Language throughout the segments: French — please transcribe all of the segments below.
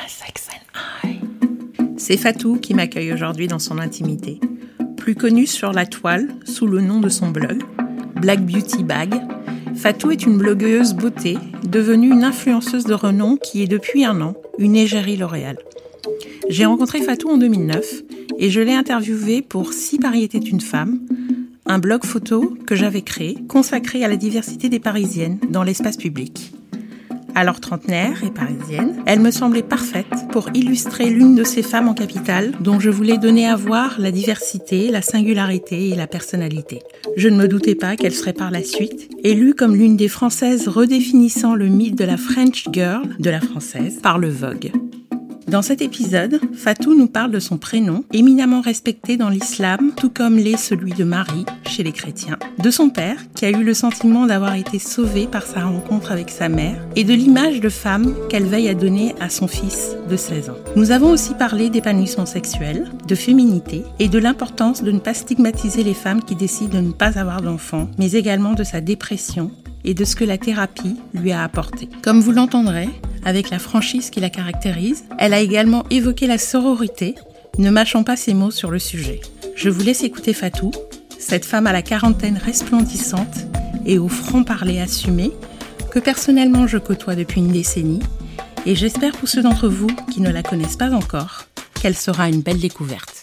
Sex and I. C'est Fatou qui m'accueille aujourd'hui dans son intimité. Plus connue sur la toile sous le nom de son blog, Black Beauty Bag, Fatou est une blogueuse beauté devenue une influenceuse de renom qui est depuis 1 an une égérie L'Oréal. J'ai rencontré Fatou en 2009 et je l'ai interviewée pour Si Paris était une femme, un blog photo que j'avais créé consacré à la diversité des Parisiennes dans l'espace public. Alors trentenaire et parisienne, elle me semblait parfaite pour illustrer l'une de ces femmes en capitale dont je voulais donner à voir la diversité, la singularité et la personnalité. Je ne me doutais pas qu'elle serait par la suite élue comme l'une des Françaises redéfinissant le mythe de la French Girl, de la française, par le Vogue. Dans cet épisode, Fatou nous parle de son prénom, éminemment respecté dans l'islam, tout comme l'est celui de Marie chez les chrétiens, de son père, qui a eu le sentiment d'avoir été sauvé par sa rencontre avec sa mère, et de l'image de femme qu'elle veille à donner à son fils de 16 ans. Nous avons aussi parlé d'épanouissement sexuel, de féminité, et de l'importance de ne pas stigmatiser les femmes qui décident de ne pas avoir d'enfants, mais également de sa dépression et de ce que la thérapie lui a apporté. Comme vous l'entendrez, avec la franchise qui la caractérise, elle a également évoqué la sororité, ne mâchant pas ses mots sur le sujet. Je vous laisse écouter Fatou, cette femme à la quarantaine resplendissante et au franc-parler assumé, que personnellement je côtoie depuis une décennie, et j'espère pour ceux d'entre vous qui ne la connaissent pas encore, qu'elle sera une belle découverte.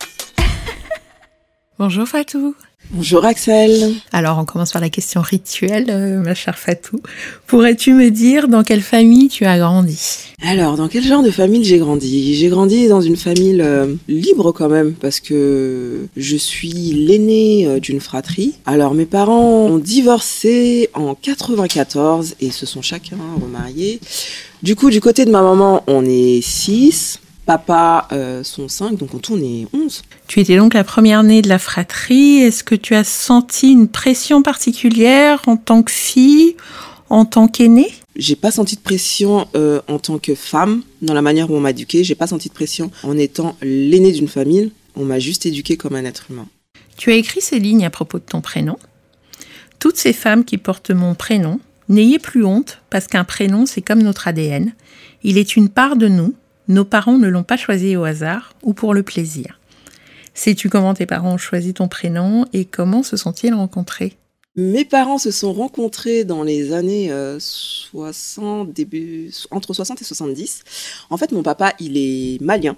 Bonjour Fatou. Bonjour Axel. Alors on commence par la question rituelle, ma chère Fatou. Pourrais-tu me dire dans quelle famille tu as grandi ? Alors, dans quel genre de famille j'ai grandi ? J'ai grandi dans une famille libre quand même, parce que je suis l'aînée d'une fratrie. Alors mes parents ont divorcé en 94 et se sont chacun remariés. Du coup, du côté de ma maman, on est 6. Papa sont 5, donc en tout on est 11. Tu étais donc la première née de la fratrie. Est-ce que tu as senti une pression particulière en tant que fille, en tant qu'aînée ? J'ai pas senti de pression en tant que femme, dans la manière où on m'a éduquée. J'ai pas senti de pression en étant l'aînée d'une famille. On m'a juste éduquée comme un être humain. Tu as écrit ces lignes à propos de ton prénom. Toutes ces femmes qui portent mon prénom, n'ayez plus honte, parce qu'un prénom, c'est comme notre ADN. Il est une part de nous. Nos parents ne l'ont pas choisi au hasard ou pour le plaisir. Sais-tu comment tes parents ont choisi ton prénom et comment se sont-ils rencontrés ? Mes parents se sont rencontrés dans les années entre 60 et 70. En fait, mon papa, il est malien,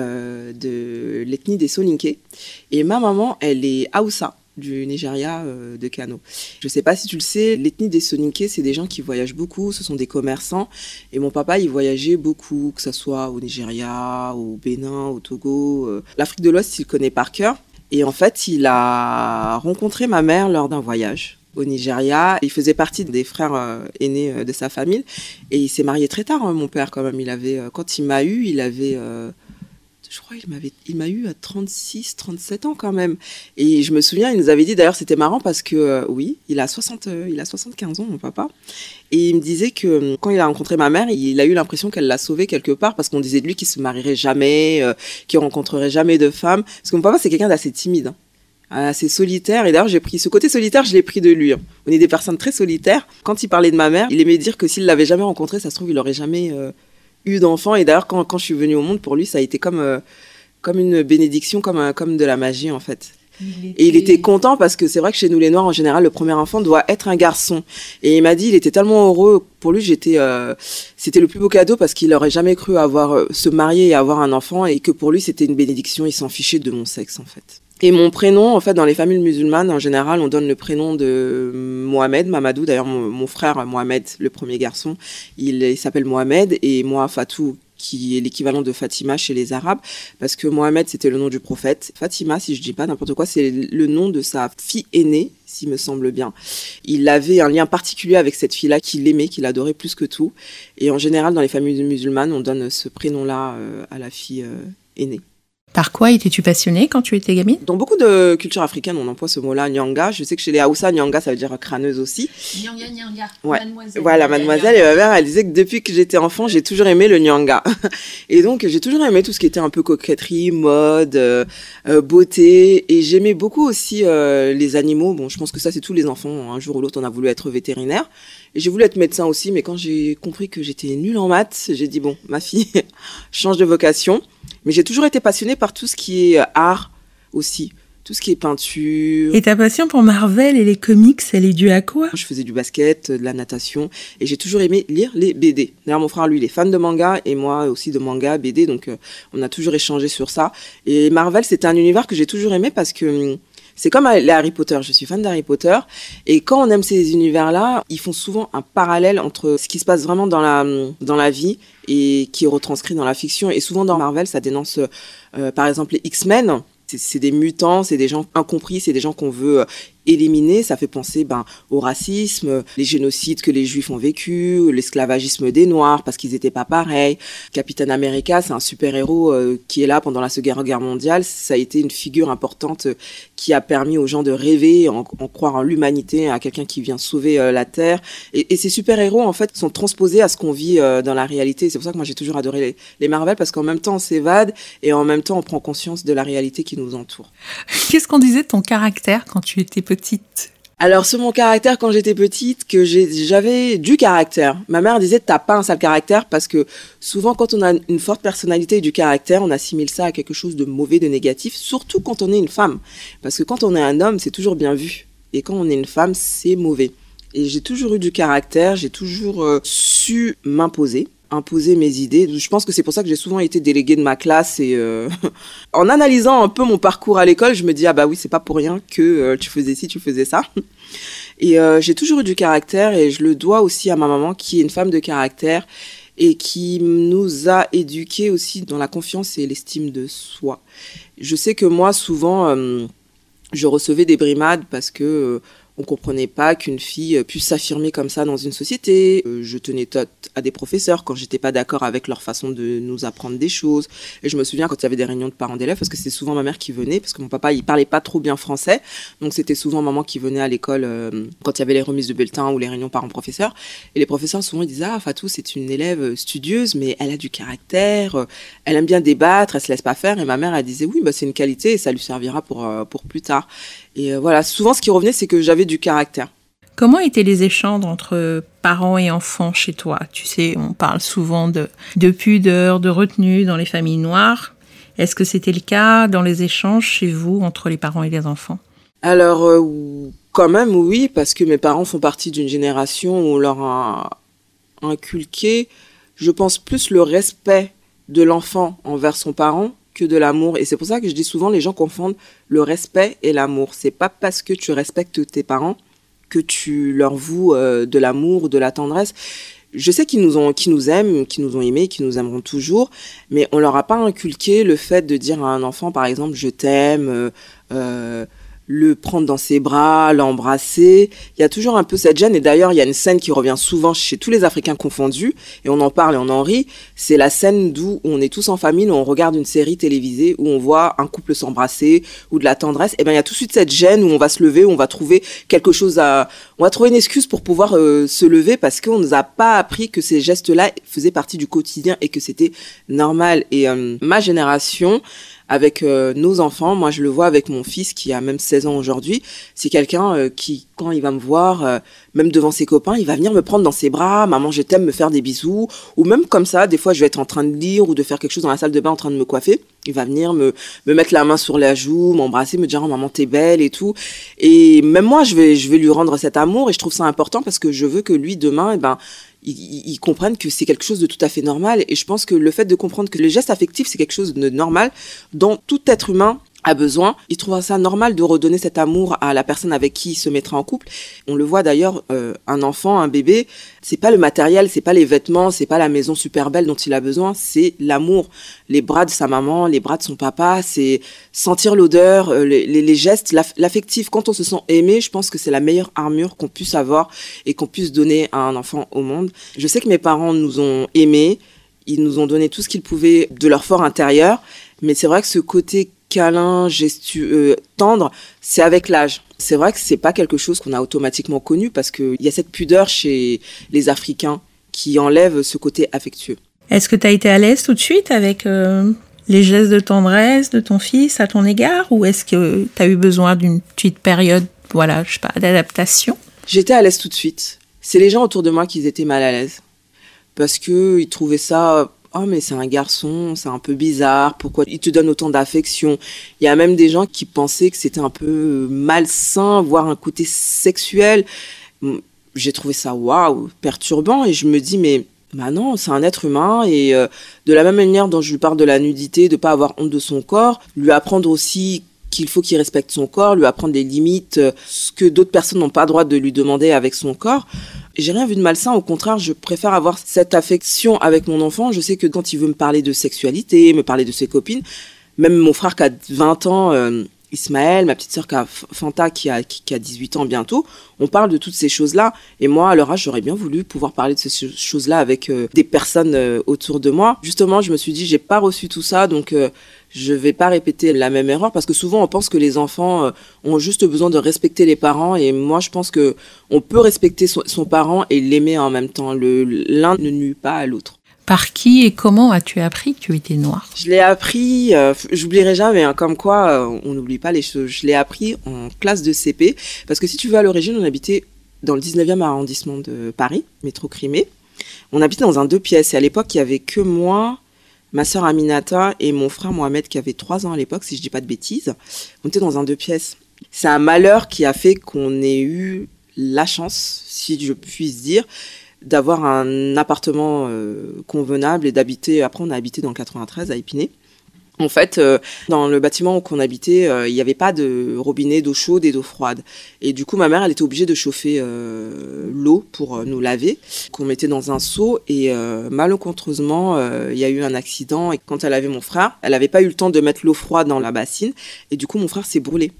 de l'ethnie des Soninké. Et ma maman, elle est Hausa, du Nigeria, de Kano. Je sais pas si tu le sais, l'ethnie des Soninké, c'est des gens qui voyagent beaucoup, ce sont des commerçants. Et mon papa, il voyageait beaucoup, que ce soit au Nigeria, au Bénin, au Togo. L'Afrique de l'Ouest, il connaît par cœur. Et en fait, il a rencontré ma mère lors d'un voyage au Nigeria. Il faisait partie des frères aînés de sa famille. Et il s'est marié très tard, hein, mon père, quand même. Quand il m'a eu, il avait... je crois qu'il m'a eu à 36, 37 ans quand même. Et je me souviens, il nous avait dit, d'ailleurs c'était marrant parce que oui, il a 75 ans mon papa. Et il me disait que quand il a rencontré ma mère, il a eu l'impression qu'elle l'a sauvé quelque part parce qu'on disait de lui qu'il se marierait jamais, qu'il rencontrerait jamais de femme. Parce que mon papa c'est quelqu'un d'assez timide, hein, assez solitaire. Et d'ailleurs j'ai pris ce côté solitaire, je l'ai pris de lui. Hein. On est des personnes très solitaires. Quand il parlait de ma mère, il aimait dire que s'il l'avait jamais rencontrée, ça se trouve il aurait jamais... eu d'enfants. Et d'ailleurs quand je suis venue au monde, pour lui ça a été comme une bénédiction, comme de la magie en fait. Et il était content parce que c'est vrai que chez nous les Noirs en général le premier enfant doit être un garçon. Et il m'a dit il était tellement heureux, pour lui c'était le plus beau cadeau parce qu'il aurait jamais cru se marier et avoir un enfant, et que pour lui c'était une bénédiction. Il s'en fichait de mon sexe en fait. Et mon prénom, en fait, dans les familles musulmanes, en général, on donne le prénom de Mohamed, Mamadou. D'ailleurs, mon frère Mohamed, le premier garçon, il s'appelle Mohamed, et moi, Fatou, qui est l'équivalent de Fatima chez les Arabes, parce que Mohamed, c'était le nom du prophète. Fatima, si je dis pas n'importe quoi, c'est le nom de sa fille aînée, s'il me semble bien. Il avait un lien particulier avec cette fille-là, qu'il aimait, qu'il adorait plus que tout. Et en général, dans les familles musulmanes, on donne ce prénom-là à la fille aînée. Par quoi étais-tu passionnée quand tu étais gamine ? Dans beaucoup de cultures africaines, on emploie ce mot-là, nyanga. Je sais que chez les Hausa, nyanga, ça veut dire crâneuse aussi. Nyanga. Ouais. Mademoiselle. Voilà, mademoiselle. Et ma mère, elle disait que depuis que j'étais enfant, j'ai toujours aimé le nyanga. Et donc, j'ai toujours aimé tout ce qui était un peu coquetterie, mode, beauté. Et j'aimais beaucoup aussi les animaux. Bon, je pense que ça, c'est tous les enfants. Un jour ou l'autre, on a voulu être vétérinaire. Et j'ai voulu être médecin aussi, mais quand j'ai compris que j'étais nulle en maths, j'ai dit bon, ma fille, change de vocation. Mais j'ai toujours été passionnée par tout ce qui est art aussi, tout ce qui est peinture. Et ta passion pour Marvel et les comics, elle est due à quoi ? Je faisais du basket, de la natation, et j'ai toujours aimé lire les BD. D'ailleurs, mon frère, lui, il est fan de manga, et moi aussi de manga, BD, donc on a toujours échangé sur ça. Et Marvel, c'était un univers que j'ai toujours aimé parce que c'est comme les Harry Potter, je suis fan d'Harry Potter, et quand on aime ces univers-là, ils font souvent un parallèle entre ce qui se passe vraiment dans la vie et qui est retranscrit dans la fiction. Et souvent dans Marvel, ça dénonce, par exemple, les X-Men. C'est des mutants, c'est des gens incompris, c'est des gens qu'on veut éliminer. Ça fait penser au racisme, les génocides que les Juifs ont vécu, l'esclavagisme des Noirs parce qu'ils étaient pas pareils. Captain America, c'est un super-héros qui est là pendant la Seconde Guerre mondiale. Ça a été une figure importante qui a permis aux gens de rêver, en croire en l'humanité, à quelqu'un qui vient sauver la Terre. Et ces super-héros, en fait, sont transposés à ce qu'on vit dans la réalité. C'est pour ça que moi, j'ai toujours adoré les Marvel parce qu'en même temps, on s'évade et en même temps, on prend conscience de la réalité qui nous entoure. Qu'est-ce qu'on disait de ton caractère quand tu étais petite ? Alors, sur mon caractère, quand j'étais petite, que j'avais du caractère. Ma mère disait, t'as pas un sale caractère, parce que souvent, quand on a une forte personnalité et du caractère, on assimile ça à quelque chose de mauvais, de négatif, surtout quand on est une femme. Parce que quand on est un homme, c'est toujours bien vu. Et quand on est une femme, c'est mauvais. Et j'ai toujours eu du caractère, j'ai toujours su m'imposer mes idées. Je pense que c'est pour ça que j'ai souvent été déléguée de ma classe et en analysant un peu mon parcours à l'école, je me dis ah bah oui, c'est pas pour rien que tu faisais ci, tu faisais ça. Et j'ai toujours eu du caractère et je le dois aussi à ma maman qui est une femme de caractère et qui nous a éduqués aussi dans la confiance et l'estime de soi. Je sais que moi souvent je recevais des brimades parce que on comprenait pas qu'une fille puisse s'affirmer comme ça dans une société. Je tenais tête à des professeurs quand j'étais pas d'accord avec leur façon de nous apprendre des choses. Et je me souviens quand il y avait des réunions de parents d'élèves, parce que c'était souvent ma mère qui venait, parce que mon papa, il parlait pas trop bien français. Donc c'était souvent maman qui venait à l'école quand il y avait les remises de bulletins ou les réunions parents-professeurs. Et les professeurs, souvent, ils disaient « Ah, Fatou, c'est une élève studieuse, mais elle a du caractère, elle aime bien débattre, elle se laisse pas faire. » Et ma mère, elle disait « Oui, bah, c'est une qualité et ça lui servira pour plus tard. » Et voilà, souvent ce qui revenait, c'est que j'avais du caractère. Comment étaient les échanges entre parents et enfants chez toi ? Tu sais, on parle souvent de pudeur, de retenue dans les familles noires. Est-ce que c'était le cas dans les échanges chez vous entre les parents et les enfants ? Alors, quand même, oui, parce que mes parents font partie d'une génération où on leur a inculqué, je pense, plus le respect de l'enfant envers son parent que de l'amour. Et c'est pour ça que je dis souvent, les gens confondent le respect et l'amour. C'est pas parce que tu respectes tes parents que tu leur voues de l'amour, de la tendresse. Je sais qu'ils nous aiment, qu'ils nous ont aimés, qu'ils nous aimeront toujours, mais on leur a pas inculqué le fait de dire à un enfant, par exemple, je t'aime, le prendre dans ses bras, l'embrasser. Il y a toujours un peu cette gêne. Et d'ailleurs, il y a une scène qui revient souvent chez tous les Africains confondus, et on en parle et on en rit. C'est la scène d'où on est tous en famille, où on regarde une série télévisée, où on voit un couple s'embrasser, ou de la tendresse. Et ben, il y a tout de suite cette gêne où on va se lever, où on va trouver quelque chose on va trouver une excuse pour pouvoir se lever, parce qu'on nous a pas appris que ces gestes-là faisaient partie du quotidien et que c'était normal. Et ma génération, avec nos enfants, moi je le vois avec mon fils qui a même 16 ans aujourd'hui, c'est quelqu'un qui, quand il va me voir, même devant ses copains, il va venir me prendre dans ses bras, maman je t'aime, me faire des bisous, ou même comme ça, des fois je vais être en train de lire ou de faire quelque chose dans la salle de bain en train de me coiffer, il va venir me mettre la main sur la joue, m'embrasser, me dire oh, maman t'es belle et tout, et même moi je vais lui rendre cet amour et je trouve ça important parce que je veux que lui demain, ils comprennent que c'est quelque chose de tout à fait normal. Et je pense que le fait de comprendre que les gestes affectifs, c'est quelque chose de normal dont tout être humain a besoin, il trouvera ça normal de redonner cet amour à la personne avec qui il se mettra en couple. On le voit d'ailleurs, un enfant, un bébé, c'est pas le matériel, c'est pas les vêtements, c'est pas la maison super belle dont il a besoin, c'est l'amour. Les bras de sa maman, les bras de son papa, c'est sentir l'odeur, les gestes, l'affectif. Quand on se sent aimé, je pense que c'est la meilleure armure qu'on puisse avoir et qu'on puisse donner à un enfant au monde. Je sais que mes parents nous ont aimés, ils nous ont donné tout ce qu'ils pouvaient de leur fort intérieur, mais c'est vrai que ce côté câlin, tendre, c'est avec l'âge. C'est vrai que c'est pas quelque chose qu'on a automatiquement connu parce qu'il y a cette pudeur chez les Africains qui enlève ce côté affectueux. Est-ce que tu as été à l'aise tout de suite avec les gestes de tendresse de ton fils à ton égard, ou est-ce que tu as eu besoin d'une petite période, d'adaptation ? J'étais à l'aise tout de suite. C'est les gens autour de moi qui étaient mal à l'aise. Parce qu'ils trouvaient ça... Oh, mais c'est un garçon, c'est un peu bizarre. Pourquoi il te donne autant d'affection? Il y a même des gens qui pensaient que c'était un peu malsain, voire un côté sexuel. J'ai trouvé ça, waouh, perturbant. Et je me dis, mais bah non, c'est un être humain. Et de la même manière dont je lui parle de la nudité, de pas avoir honte de son corps, lui apprendre aussi qu'il faut qu'il respecte son corps, lui apprendre les limites, ce que d'autres personnes n'ont pas le droit de lui demander avec son corps. J'ai rien vu de malsain, au contraire, je préfère avoir cette affection avec mon enfant. Je sais que quand il veut me parler de sexualité, me parler de ses copines, même mon frère qui a 20 ans, Ismaël, ma petite sœur Fanta qui a 18 ans bientôt, on parle de toutes ces choses-là. Et moi, à leur âge, j'aurais bien voulu pouvoir parler de ces choses-là avec des personnes autour de moi. Justement, je me suis dit, j'ai pas reçu tout ça, donc je vais pas répéter la même erreur, parce que souvent on pense que les enfants ont juste besoin de respecter les parents, et moi je pense que on peut respecter son parent et l'aimer en même temps. L'un ne nuit pas à l'autre. Par qui et comment as-tu appris que tu étais noire? Je l'ai appris, j'oublierai jamais, hein, comme quoi on n'oublie pas les choses. Je l'ai appris en classe de CP, parce que si tu veux, à l'origine, on habitait dans le 19e arrondissement de Paris, métro Crimée. On habitait dans un 2 pièces, et à l'époque, il y avait que moi, ma sœur Aminata et mon frère Mohamed, qui avait 3 ans à l'époque, si je dis pas de bêtises. On était dans un 2 pièces. C'est un malheur qui a fait qu'on ait eu la chance, si je puisse dire, d'avoir un appartement convenable et d'habiter. Après, on a habité dans le 93 à Épinay. En fait, dans le bâtiment qu'on habitait, il n'y avait pas de robinet d'eau chaude et d'eau froide. Et du coup, ma mère, elle était obligée de chauffer l'eau pour nous laver, qu'on mettait dans un seau. Et malencontreusement, il y a eu un accident. Et quand elle avait mon frère, elle n'avait pas eu le temps de mettre l'eau froide dans la bassine. Et du coup, mon frère s'est brûlé.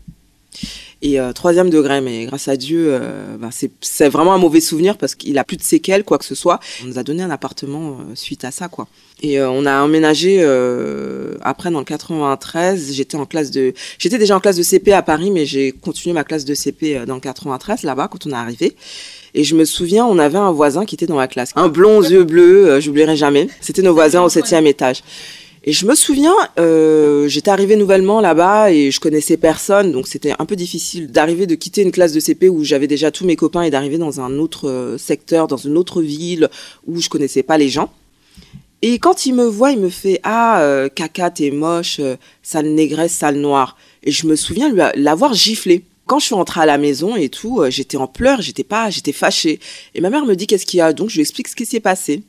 Et 3e degré, mais grâce à Dieu, c'est vraiment un mauvais souvenir, parce qu'il a plus de séquelles, quoi que ce soit. On nous a donné un appartement suite à ça, quoi. Et on a emménagé après dans le 93. J'étais déjà en classe de CP à Paris, mais j'ai continué ma classe de CP dans le 93 là-bas quand on est arrivé. Et je me souviens, on avait un voisin qui était dans la classe, un blond aux yeux bleus, j'oublierai jamais. C'était nos voisins au 7e étage. Et je me souviens, j'étais arrivée nouvellement là-bas et je connaissais personne, donc c'était un peu difficile de quitter une classe de CP où j'avais déjà tous mes copains et d'arriver dans un autre secteur, dans une autre ville où je connaissais pas les gens. Et quand il me voit, il me fait « Ah, caca, t'es moche, sale négresse, sale noire ». Et je me souviens l'avoir giflé. Quand je suis rentrée à la maison et tout, j'étais en pleurs, j'étais fâchée. Et ma mère me dit « Qu'est-ce qu'il y a ?» Donc je lui explique ce qui s'est passé.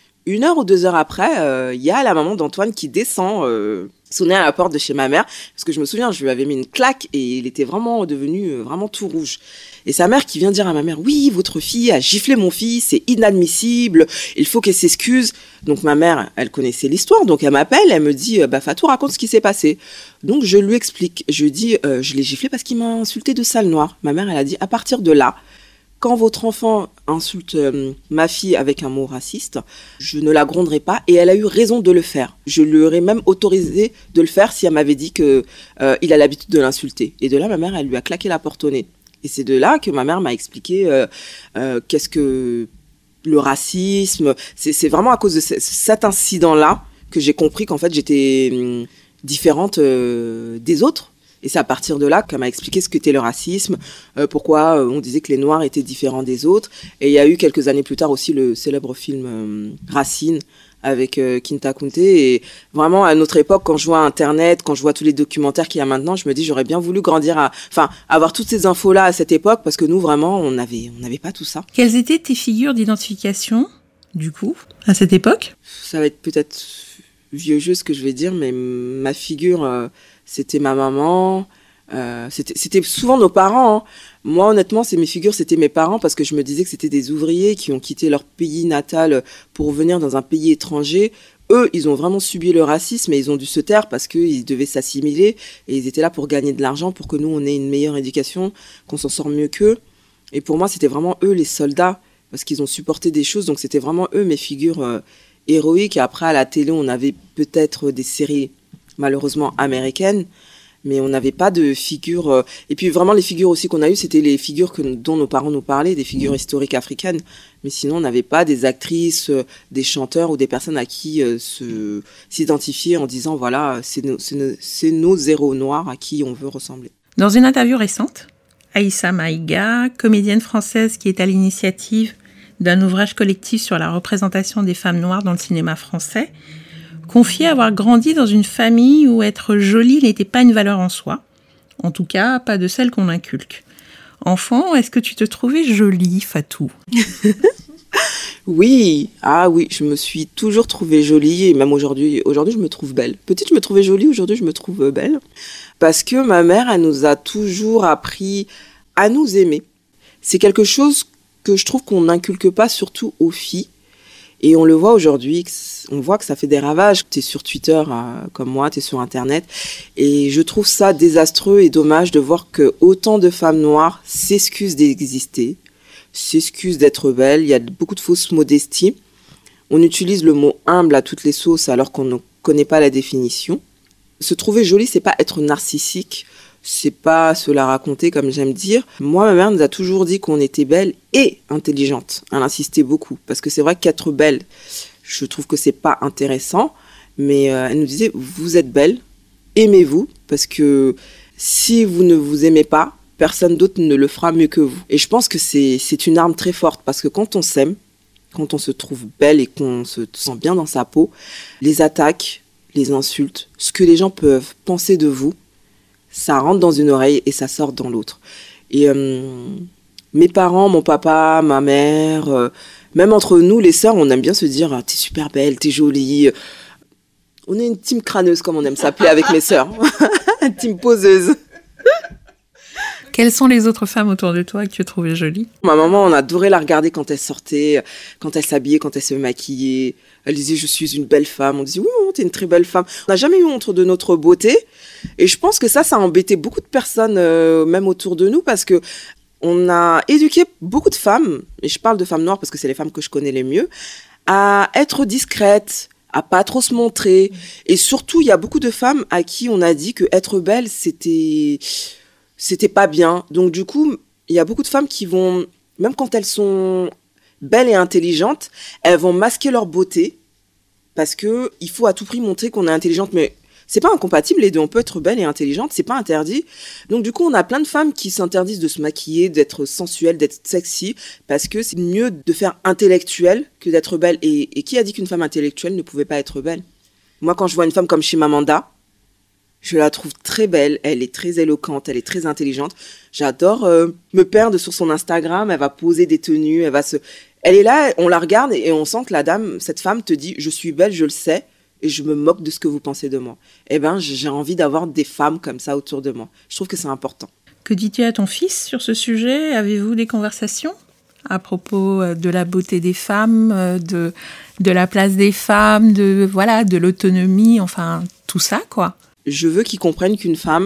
1 heure ou 2 heures après, il y a la maman d'Antoine qui descend sonner à la porte de chez ma mère, parce que je me souviens, je lui avais mis une claque et il était vraiment devenu vraiment tout rouge. Et sa mère qui vient dire à ma mère, oui, votre fille a giflé mon fils, c'est inadmissible, il faut qu'elle s'excuse. Donc ma mère, elle connaissait l'histoire, donc elle m'appelle, elle me dit, Fatou, raconte ce qui s'est passé. Donc je lui explique, je lui dis, je l'ai giflé parce qu'il m'a insulté de sale noire. Ma mère, elle a dit, à partir de là, quand votre enfant insulte ma fille avec un mot raciste, je ne la gronderai pas, et elle a eu raison de le faire. Je lui aurais même autorisé de le faire si elle m'avait dit que il a l'habitude de l'insulter. Et de là, ma mère, elle lui a claqué la porte au nez. Et c'est de là que ma mère m'a expliqué qu'est-ce que le racisme. C'est vraiment à cause de cet incident-là que j'ai compris qu'en fait, j'étais différente des autres. Et c'est à partir de là qu'elle m'a expliqué ce qu'était le racisme, pourquoi on disait que les Noirs étaient différents des autres. Et il y a eu quelques années plus tard aussi le célèbre film Racine avec Kinta Kunte. Et vraiment, à notre époque, quand je vois Internet, quand je vois tous les documentaires qu'il y a maintenant, je me dis j'aurais bien voulu avoir toutes ces infos-là à cette époque, parce que nous, vraiment, on n'avait pas tout ça. Quelles étaient tes figures d'identification, du coup, à cette époque ? Ça va être peut-être vieux jeu ce que je vais dire, mais ma figure... c'était ma maman, c'était souvent nos parents. Hein. Moi, honnêtement, mes figures, c'était mes parents, parce que je me disais que c'était des ouvriers qui ont quitté leur pays natal pour venir dans un pays étranger. Eux, ils ont vraiment subi le racisme et ils ont dû se taire parce qu'ils devaient s'assimiler et ils étaient là pour gagner de l'argent, pour que nous, on ait une meilleure éducation, qu'on s'en sorte mieux qu'eux. Et pour moi, c'était vraiment eux les soldats, parce qu'ils ont supporté des choses, donc c'était vraiment eux mes figures héroïques. Et après, à la télé, on avait peut-être des séries malheureusement américaine, mais on n'avait pas de figures. Et puis vraiment, les figures aussi qu'on a eues, c'était les figures dont nos parents nous parlaient, des figures historiques africaines. Mais sinon, on n'avait pas des actrices, des chanteurs ou des personnes à qui s'identifier en disant, voilà, c'est nos héros noirs à qui on veut ressembler. Dans une interview récente, Aïssa Maïga, comédienne française qui est à l'initiative d'un ouvrage collectif sur la représentation des femmes noires dans le cinéma français, confiait avoir grandi dans une famille où être jolie n'était pas une valeur en soi. En tout cas, pas de celle qu'on inculque. Enfant, est-ce que tu te trouvais jolie, Fatou ? Oui, je me suis toujours trouvée jolie et même aujourd'hui je me trouve belle. Petite, je me trouvais jolie, aujourd'hui je me trouve belle. Parce que ma mère, elle nous a toujours appris à nous aimer. C'est quelque chose que je trouve qu'on n'inculque pas surtout aux filles. Et on le voit aujourd'hui, on voit que ça fait des ravages. Tu es sur Twitter comme moi, tu es sur Internet. Et je trouve ça désastreux et dommage de voir que autant de femmes noires s'excusent d'exister, s'excusent d'être belles. Il y a beaucoup de fausses modesties. On utilise le mot humble à toutes les sauces alors qu'on ne connaît pas la définition. Se trouver jolie, c'est pas être narcissique. C'est pas se la raconter comme j'aime dire. Moi, ma mère nous a toujours dit qu'on était belle et intelligente. Elle insistait beaucoup. Parce que c'est vrai qu'être belle, je trouve que c'est pas intéressant. Mais elle nous disait, vous êtes belle, aimez-vous. Parce que si vous ne vous aimez pas, personne d'autre ne le fera mieux que vous. Et je pense que c'est une arme très forte. Parce que quand on s'aime, quand on se trouve belle et qu'on se sent bien dans sa peau, les attaques, les insultes, ce que les gens peuvent penser de vous, ça rentre dans une oreille et ça sort dans l'autre. Et mes parents, mon papa, ma mère, même entre nous, les sœurs, on aime bien se dire « t'es super belle, t'es jolie ». On est une team crâneuse, comme on aime s'appeler avec mes sœurs. Une team poseuse. Quelles sont les autres femmes autour de toi que tu trouvais jolies ? Ma maman, on adorait la regarder quand elle sortait, quand elle s'habillait, quand elle se maquillait. Elle disait « je suis une belle femme ». On disait « oui, t'es une très belle femme ». On n'a jamais eu honte de notre beauté. Et je pense que ça a embêté beaucoup de personnes, même autour de nous, parce que on a éduqué beaucoup de femmes, et je parle de femmes noires parce que c'est les femmes que je connais les mieux, à être discrètes, à pas trop se montrer. Et surtout, il y a beaucoup de femmes à qui on a dit que être belle, c'était pas bien. Donc du coup, il y a beaucoup de femmes qui vont, même quand elles sont belles et intelligentes, elles vont masquer leur beauté parce que il faut à tout prix montrer qu'on est intelligente, mais c'est pas incompatible les deux, on peut être belle et intelligente, c'est pas interdit. Donc du coup, on a plein de femmes qui s'interdisent de se maquiller, d'être sensuelles, d'être sexy, parce que c'est mieux de faire intellectuelle que d'être belle. Et qui a dit qu'une femme intellectuelle ne pouvait pas être belle ? Moi, quand je vois une femme comme Chimamanda, je la trouve très belle, elle est très éloquente, elle est très intelligente. J'adore me perdre sur son Instagram, elle va poser des tenues, elle est là, on la regarde et on sent que la dame, cette femme te dit « je suis belle, je le sais ». Et je me moque de ce que vous pensez de moi. Eh bien, j'ai envie d'avoir des femmes comme ça autour de moi. Je trouve que c'est important. Que dis-tu à ton fils sur ce sujet ? Avez-vous des conversations à propos de la beauté des femmes, de la place des femmes, de l'autonomie, enfin, tout ça, quoi ? Je veux qu'il comprenne qu'une femme,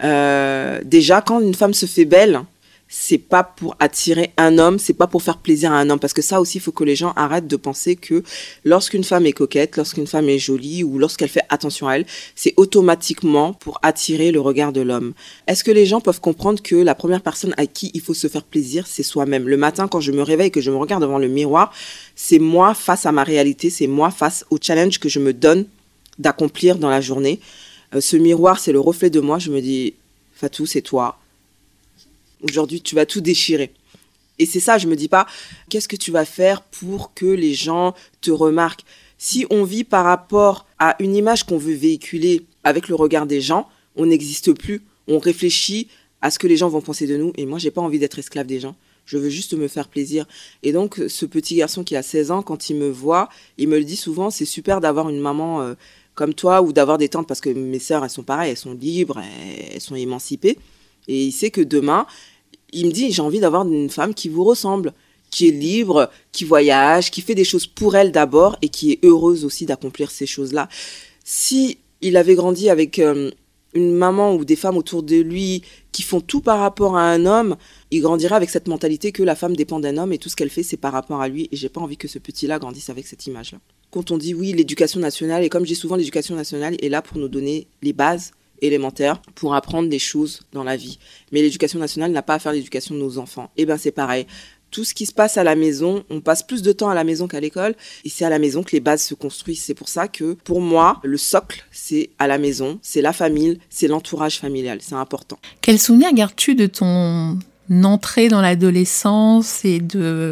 déjà, quand une femme se fait belle, c'est pas pour attirer un homme, c'est pas pour faire plaisir à un homme. Parce que ça aussi, il faut que les gens arrêtent de penser que lorsqu'une femme est coquette, lorsqu'une femme est jolie ou lorsqu'elle fait attention à elle, c'est automatiquement pour attirer le regard de l'homme. Est-ce que les gens peuvent comprendre que la première personne à qui il faut se faire plaisir, c'est soi-même ? Le matin, quand je me réveille, que je me regarde devant le miroir, c'est moi face à ma réalité, c'est moi face au challenge que je me donne d'accomplir dans la journée. Ce miroir, c'est le reflet de moi. Je me dis, Fatou, c'est toi. Aujourd'hui, tu vas tout déchirer. Et c'est ça, je me dis pas, qu'est-ce que tu vas faire pour que les gens te remarquent ? Si on vit par rapport à une image qu'on veut véhiculer avec le regard des gens, on n'existe plus. On réfléchit à ce que les gens vont penser de nous. Et moi, j'ai pas envie d'être esclave des gens. Je veux juste me faire plaisir. Et donc, ce petit garçon qui a 16 ans, quand il me voit, il me le dit souvent, c'est super d'avoir une maman comme toi ou d'avoir des tantes, parce que mes sœurs, elles sont pareilles, elles sont libres, elles sont émancipées. Et il sait que demain, il me dit, j'ai envie d'avoir une femme qui vous ressemble, qui est libre, qui voyage, qui fait des choses pour elle d'abord et qui est heureuse aussi d'accomplir ces choses-là. Si il avait grandi avec une maman ou des femmes autour de lui qui font tout par rapport à un homme, il grandira avec cette mentalité que la femme dépend d'un homme et tout ce qu'elle fait, c'est par rapport à lui. Et j'ai pas envie que ce petit-là grandisse avec cette image-là. Quand on dit oui, l'éducation nationale, et comme je dis souvent, l'éducation nationale est là pour nous donner les bases élémentaires pour apprendre des choses dans la vie. Mais l'éducation nationale n'a pas à faire l'éducation de nos enfants. Et ben c'est pareil. Tout ce qui se passe à la maison, on passe plus de temps à la maison qu'à l'école, et c'est à la maison que les bases se construisent. C'est pour ça que, pour moi, le socle, c'est à la maison, c'est la famille, c'est l'entourage familial, c'est important. Quel souvenir gardes-tu de ton entrée dans l'adolescence et de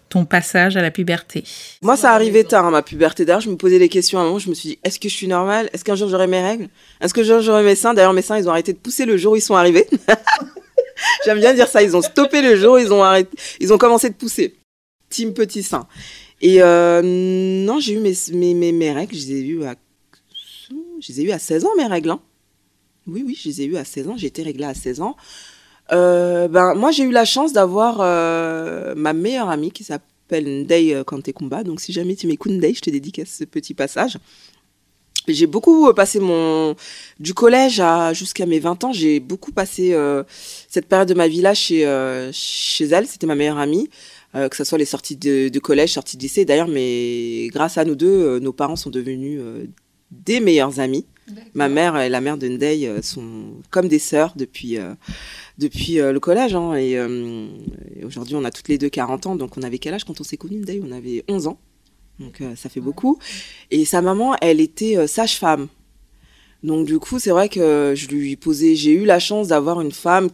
ton passage à la puberté. Moi, ça arrivait tard, ma puberté. D'ailleurs, je me posais des questions à un moment. Je me suis dit, est-ce que je suis normale? Est-ce qu'un jour j'aurai mes règles? Est-ce que un jour j'aurai mes seins? D'ailleurs, mes seins, ils ont arrêté de pousser le jour où ils sont arrivés. J'aime bien dire ça. Ils ont stoppé le jour où ils ont commencé de pousser. Team petit sein. Et non, j'ai eu mes règles. Je les ai eues à 16 ans, mes règles. Hein. Oui, je les ai eues à 16 ans. J'ai été réglée à 16 ans. Moi, j'ai eu la chance d'avoir ma meilleure amie qui s'appelle Ndeye Kantekumba. Donc, si jamais tu m'écoutes, Ndeye, je te dédicace ce petit passage. J'ai beaucoup passé du collège jusqu'à mes 20 ans. J'ai beaucoup passé cette période de ma vie là chez elle. C'était ma meilleure amie. Que ce soit les sorties de collège, sorties de lycée. D'ailleurs, grâce à nous deux, nos parents sont devenus des meilleurs amis. D'accord. Ma mère et la mère de Ndeye sont comme des sœurs depuis le collège. Hein, et aujourd'hui, on a toutes les deux 40 ans. Donc, on avait quel âge quand on s'est connus, Ndeye? On avait 11 ans. Donc, ça fait beaucoup. Et sa maman, elle était sage-femme. Donc, du coup, c'est vrai que j'ai eu la chance d'avoir une femme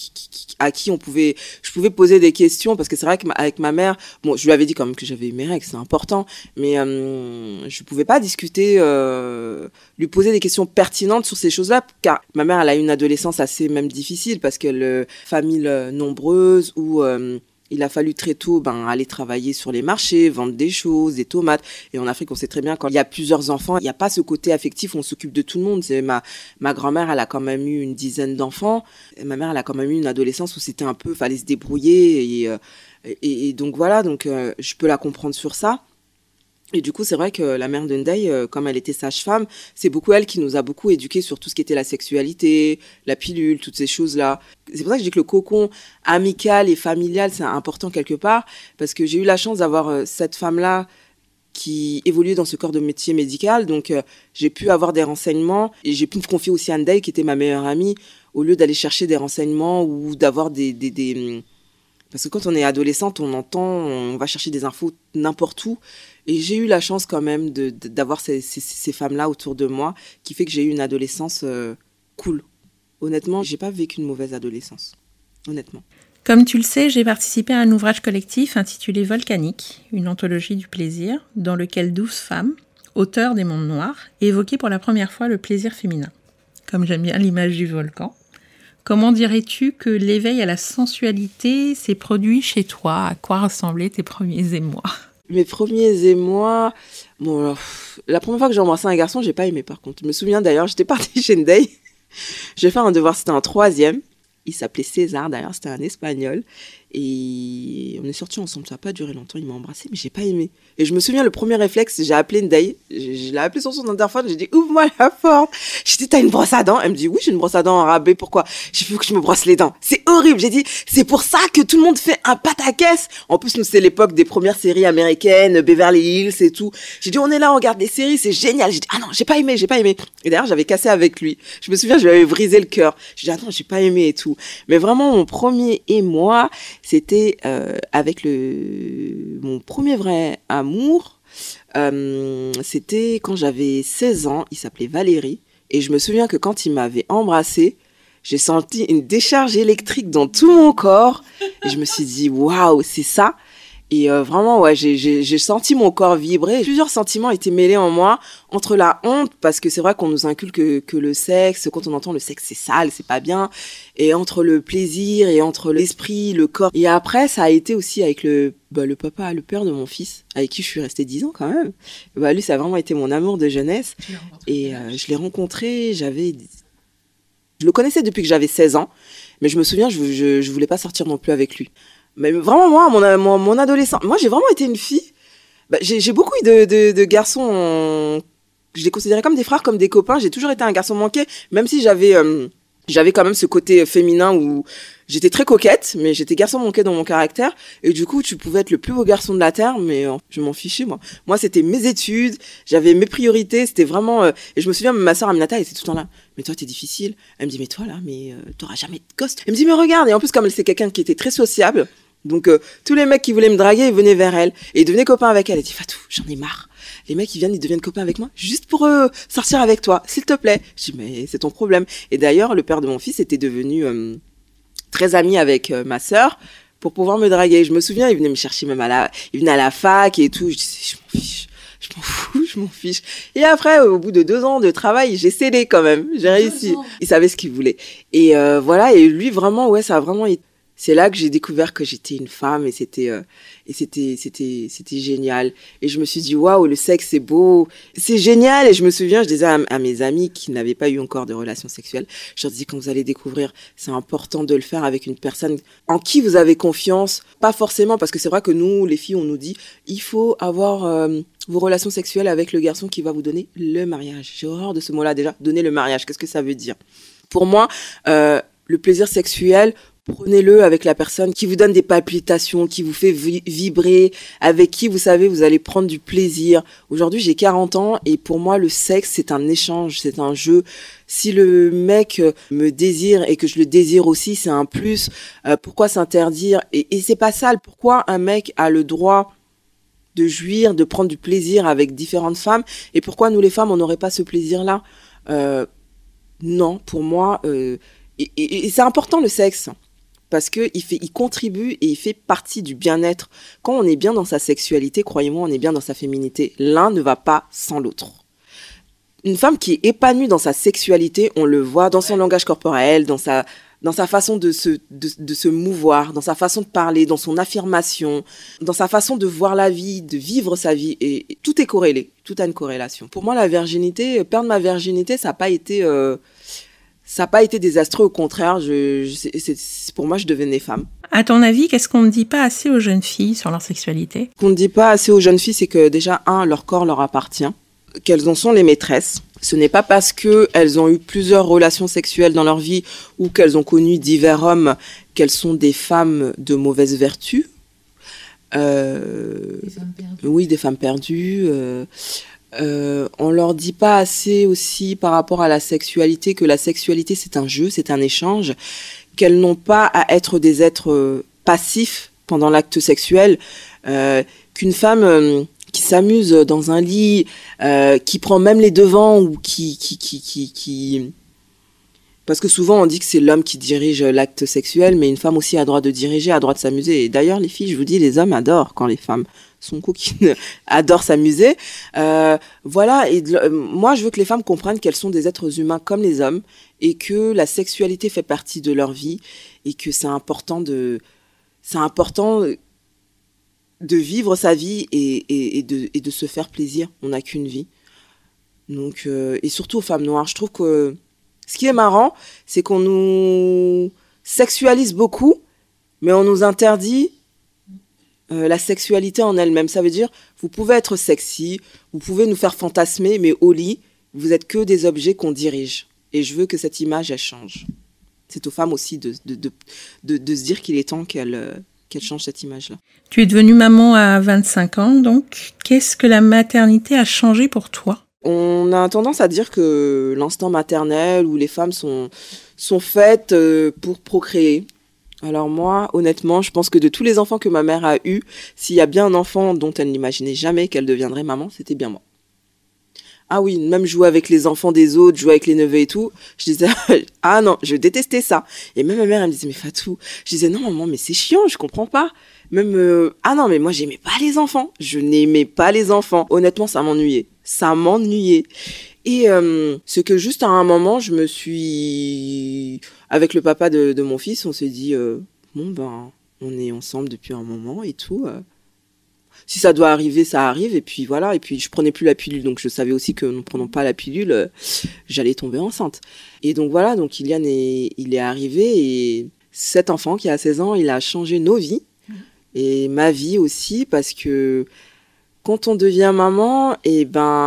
à qui je pouvais poser des questions, parce que c'est vrai qu'avec ma mère, bon, je lui avais dit quand même que j'avais eu mes règles, c'est important, mais je pouvais pas discuter, lui poser des questions pertinentes sur ces choses-là, car ma mère, elle a eu une adolescence assez même difficile, parce qu'elle, famille nombreuse, où il a fallu très tôt aller travailler sur les marchés, vendre des choses, des tomates. Et en Afrique, on sait très bien, quand il y a plusieurs enfants, il n'y a pas ce côté affectif où on s'occupe de tout le monde. Ma grand-mère, elle a quand même eu une dizaine d'enfants. Et ma mère, elle a quand même eu une adolescence où c'était un peu, fallait se débrouiller. Et donc voilà, je peux la comprendre sur ça. Et du coup, c'est vrai que la mère de Ndeye, comme elle était sage-femme, c'est beaucoup elle qui nous a beaucoup éduqués sur tout ce qui était la sexualité, la pilule, toutes ces choses-là. C'est pour ça que je dis que le cocon amical et familial, c'est important quelque part, parce que j'ai eu la chance d'avoir cette femme-là qui évoluait dans ce corps de métier médical. Donc, j'ai pu avoir des renseignements et j'ai pu me confier aussi à Ndeye, qui était ma meilleure amie, au lieu d'aller chercher des renseignements ou d'avoir des... Parce que quand on est adolescente, on va chercher des infos n'importe où. Et j'ai eu la chance quand même d'avoir ces femmes-là autour de moi, qui fait que j'ai eu une adolescence cool. Honnêtement, j'ai pas vécu une mauvaise adolescence. Honnêtement. Comme tu le sais, j'ai participé à un ouvrage collectif intitulé Volcanique, une anthologie du plaisir, dans lequel 12 femmes, auteurs des mondes noirs, évoquaient pour la première fois le plaisir féminin. Comme j'aime bien l'image du volcan. Comment dirais-tu que l'éveil à la sensualité s'est produit chez toi? À quoi ressemblaient tes premiers émois? Mes premiers émois... Bon, alors, la première fois que j'ai embrassé un garçon, j'ai pas aimé par contre. Je me souviens d'ailleurs, j'étais partie chez Ndeye. J'ai fait un devoir, c'était en 3e. Il s'appelait César, d'ailleurs, c'était un Espagnol. Et on est sortis ensemble, ça n'a pas duré longtemps, il m'a embrassé, mais j'ai pas aimé. Et je me souviens, le premier réflexe, j'ai appelé Ndeye, je l'ai appelé sur son interphone, j'ai dit « Ouvre-moi la porte !» J'ai dit « T'as une brosse à dents ?» Elle me dit « Oui, j'ai une brosse à dents en rabais, pourquoi ?» J'ai dit « Faut que je me brosse les dents. » C'est horrible, j'ai dit « C'est pour ça que tout le monde fait un pataquès !» En plus, nous, c'est l'époque des premières séries américaines, Beverly Hills et tout. J'ai dit « On est là, on regarde des séries, c'est génial !» J'ai dit « Ah non, j'ai pas aimé. » Et d'ailleurs, j'avais cassé avec lui. Je me souviens, je lui avais brisé le cœur. J'ai dit « Ah non, j'ai pas aimé et tout. » Mais vraiment, mon premier émoi, c'était avec mon premier vrai amour, c'était quand j'avais 16 ans, il s'appelait Valérie, et je me souviens que quand il m'avait embrassée, j'ai senti une décharge électrique dans tout mon corps, et je me suis dit, waouh, c'est ça. Et vraiment, ouais, j'ai senti mon corps vibrer. Plusieurs sentiments étaient mêlés en moi, entre la honte, parce que c'est vrai qu'on nous inculque que le sexe, quand on entend le sexe, c'est sale, c'est pas bien, et entre le plaisir, et entre l'esprit, le corps. Et après, ça a été aussi avec le père de mon fils, avec qui je suis restée 10 ans quand même. Lui, ça a vraiment été mon amour de jeunesse. Et je l'ai rencontré, je le connaissais depuis que j'avais 16 ans, mais je me souviens, je voulais pas sortir non plus avec lui. Mais vraiment, moi, mon adolescent, moi, j'ai vraiment été une fille. J'ai beaucoup eu de garçons, je les considérais comme des frères, comme des copains. J'ai toujours été un garçon manqué, même si j'avais quand même ce côté féminin où j'étais très coquette, mais j'étais garçon manqué dans mon caractère. Et du coup, tu pouvais être le plus beau garçon de la Terre, mais je m'en fichais, moi. Moi, c'était mes études, j'avais mes priorités, c'était vraiment... et je me souviens, ma sœur Aminata, elle était tout le temps là. Mais toi, t'es difficile. Elle me dit, mais toi, là, t'auras jamais de gosse. Elle me dit, mais regarde. Et en plus, comme c'est quelqu'un qui était très sociable, donc tous les mecs qui voulaient me draguer, ils venaient vers elle. Et ils devenaient copains avec elle. Elle dit, Fatou, j'en ai marre. Les mecs, ils deviennent copains avec moi, juste pour sortir avec toi, s'il te plaît. Je dis, mais c'est ton problème. Et d'ailleurs, le père de mon fils était devenu très ami avec ma sœur, pour pouvoir me draguer. Je me souviens, il venait me chercher même il venait à la fac et tout. Je disais, je m'en fiche. Je m'en fous, je m'en fiche. Et après, au bout de 2 ans de travail, j'ai cédé quand même. J'ai réussi. Il savait ce qu'il voulait. Et voilà. Et lui, vraiment, ouais, ça a vraiment été... C'est là que j'ai découvert que j'étais une femme et c'était génial. Et je me suis dit, waouh, le sexe, c'est beau. C'est génial. Et je me souviens, je disais à mes amis qui n'avaient pas eu encore de relations sexuelles, je leur disais, quand vous allez découvrir, c'est important de le faire avec une personne en qui vous avez confiance. Pas forcément, parce que c'est vrai que nous, les filles, on nous dit, il faut avoir vos relations sexuelles avec le garçon qui va vous donner le mariage. J'ai horreur de ce mot-là déjà, donner le mariage. Qu'est-ce que ça veut dire? Pour moi, le plaisir sexuel, prenez-le avec la personne qui vous donne des palpitations, qui vous fait vibrer, avec qui, vous savez, vous allez prendre du plaisir. Aujourd'hui, j'ai 40 ans et pour moi, le sexe, c'est un échange, c'est un jeu. Si le mec me désire et que je le désire aussi, c'est un plus. Pourquoi s'interdire? Et c'est pas sale. Pourquoi un mec a le droit de jouir, de prendre du plaisir avec différentes femmes? Et pourquoi nous, les femmes, on n'aurait pas ce plaisir-là? Non, pour moi... Et c'est important, le sexe. Parce il contribue et il fait partie du bien-être. Quand on est bien dans sa sexualité, croyez-moi, on est bien dans sa féminité. L'un ne va pas sans l'autre. Une femme qui est épanouie dans sa sexualité, on le voit dans son langage corporel, dans sa façon de se mouvoir, dans sa façon de parler, dans son affirmation, dans sa façon de voir la vie, de vivre sa vie. Et tout est corrélé, tout a une corrélation. Pour moi, la virginité, perdre ma virginité, ça n'a pas été... Ça n'a pas été désastreux, au contraire, pour moi, je devenais femme. À ton avis, qu'est-ce qu'on ne dit pas assez aux jeunes filles sur leur sexualité? Ce qu'on ne dit pas assez aux jeunes filles, c'est que déjà, leur corps leur appartient, qu'elles en sont les maîtresses. Ce n'est pas parce qu'elles ont eu plusieurs relations sexuelles dans leur vie ou qu'elles ont connu divers hommes qu'elles sont des femmes de mauvaise vertu. Des femmes perdues. Oui, des femmes perdues. On leur dit pas assez aussi par rapport à la sexualité que la sexualité c'est un jeu, c'est un échange, qu'elles n'ont pas à être des êtres passifs pendant l'acte sexuel, qu'une femme qui s'amuse dans un lit, qui prend même les devants ou qui parce que souvent on dit que c'est l'homme qui dirige l'acte sexuel, mais une femme aussi a droit de diriger, a droit de s'amuser. Et d'ailleurs les filles, je vous dis, les hommes adorent quand les femmes sont coquines, adorent s'amuser. Voilà, et moi je veux que les femmes comprennent qu'elles sont des êtres humains comme les hommes et que la sexualité fait partie de leur vie et que c'est important de vivre sa vie et de se faire plaisir. On n'a qu'une vie. Donc, et surtout aux femmes noires, je trouve que ce qui est marrant, c'est qu'on nous sexualise beaucoup, mais on nous interdit la sexualité en elle-même. Ça veut dire, vous pouvez être sexy, vous pouvez nous faire fantasmer, mais au lit, vous êtes que des objets qu'on dirige. Et je veux que cette image, elle change. C'est aux femmes aussi de se dire qu'il est temps qu'elles changent cette image-là. Tu es devenue maman à 25 ans, donc qu'est-ce que la maternité a changé pour toi? On a tendance à dire que l'instinct maternel ou les femmes sont faites pour procréer. Alors moi, honnêtement, je pense que de tous les enfants que ma mère a eus, s'il y a bien un enfant dont elle n'imaginait jamais qu'elle deviendrait maman, c'était bien moi. Ah oui, même jouer avec les enfants des autres, jouer avec les neveux et tout, je disais, ah non, je détestais ça. Et même ma mère, elle me disait, mais Fatou, je disais, non maman, mais c'est chiant, je comprends pas. Même, ah non, mais moi, j'aimais pas les enfants. Je n'aimais pas les enfants. Honnêtement, ça m'ennuyait. Ça m'ennuyait. Et ce que juste à un moment, je me suis... Avec le papa de mon fils, on s'est dit, bon ben, on est ensemble depuis un moment et tout. Si ça doit arriver, ça arrive. Et puis voilà, et puis je prenais plus la pilule. Donc je savais aussi que ne prenant pas la pilule, j'allais tomber enceinte. Et donc voilà, donc il est arrivé. Et cet enfant qui a 16 ans, il a changé nos vies. Et ma vie aussi, parce que quand on devient maman, et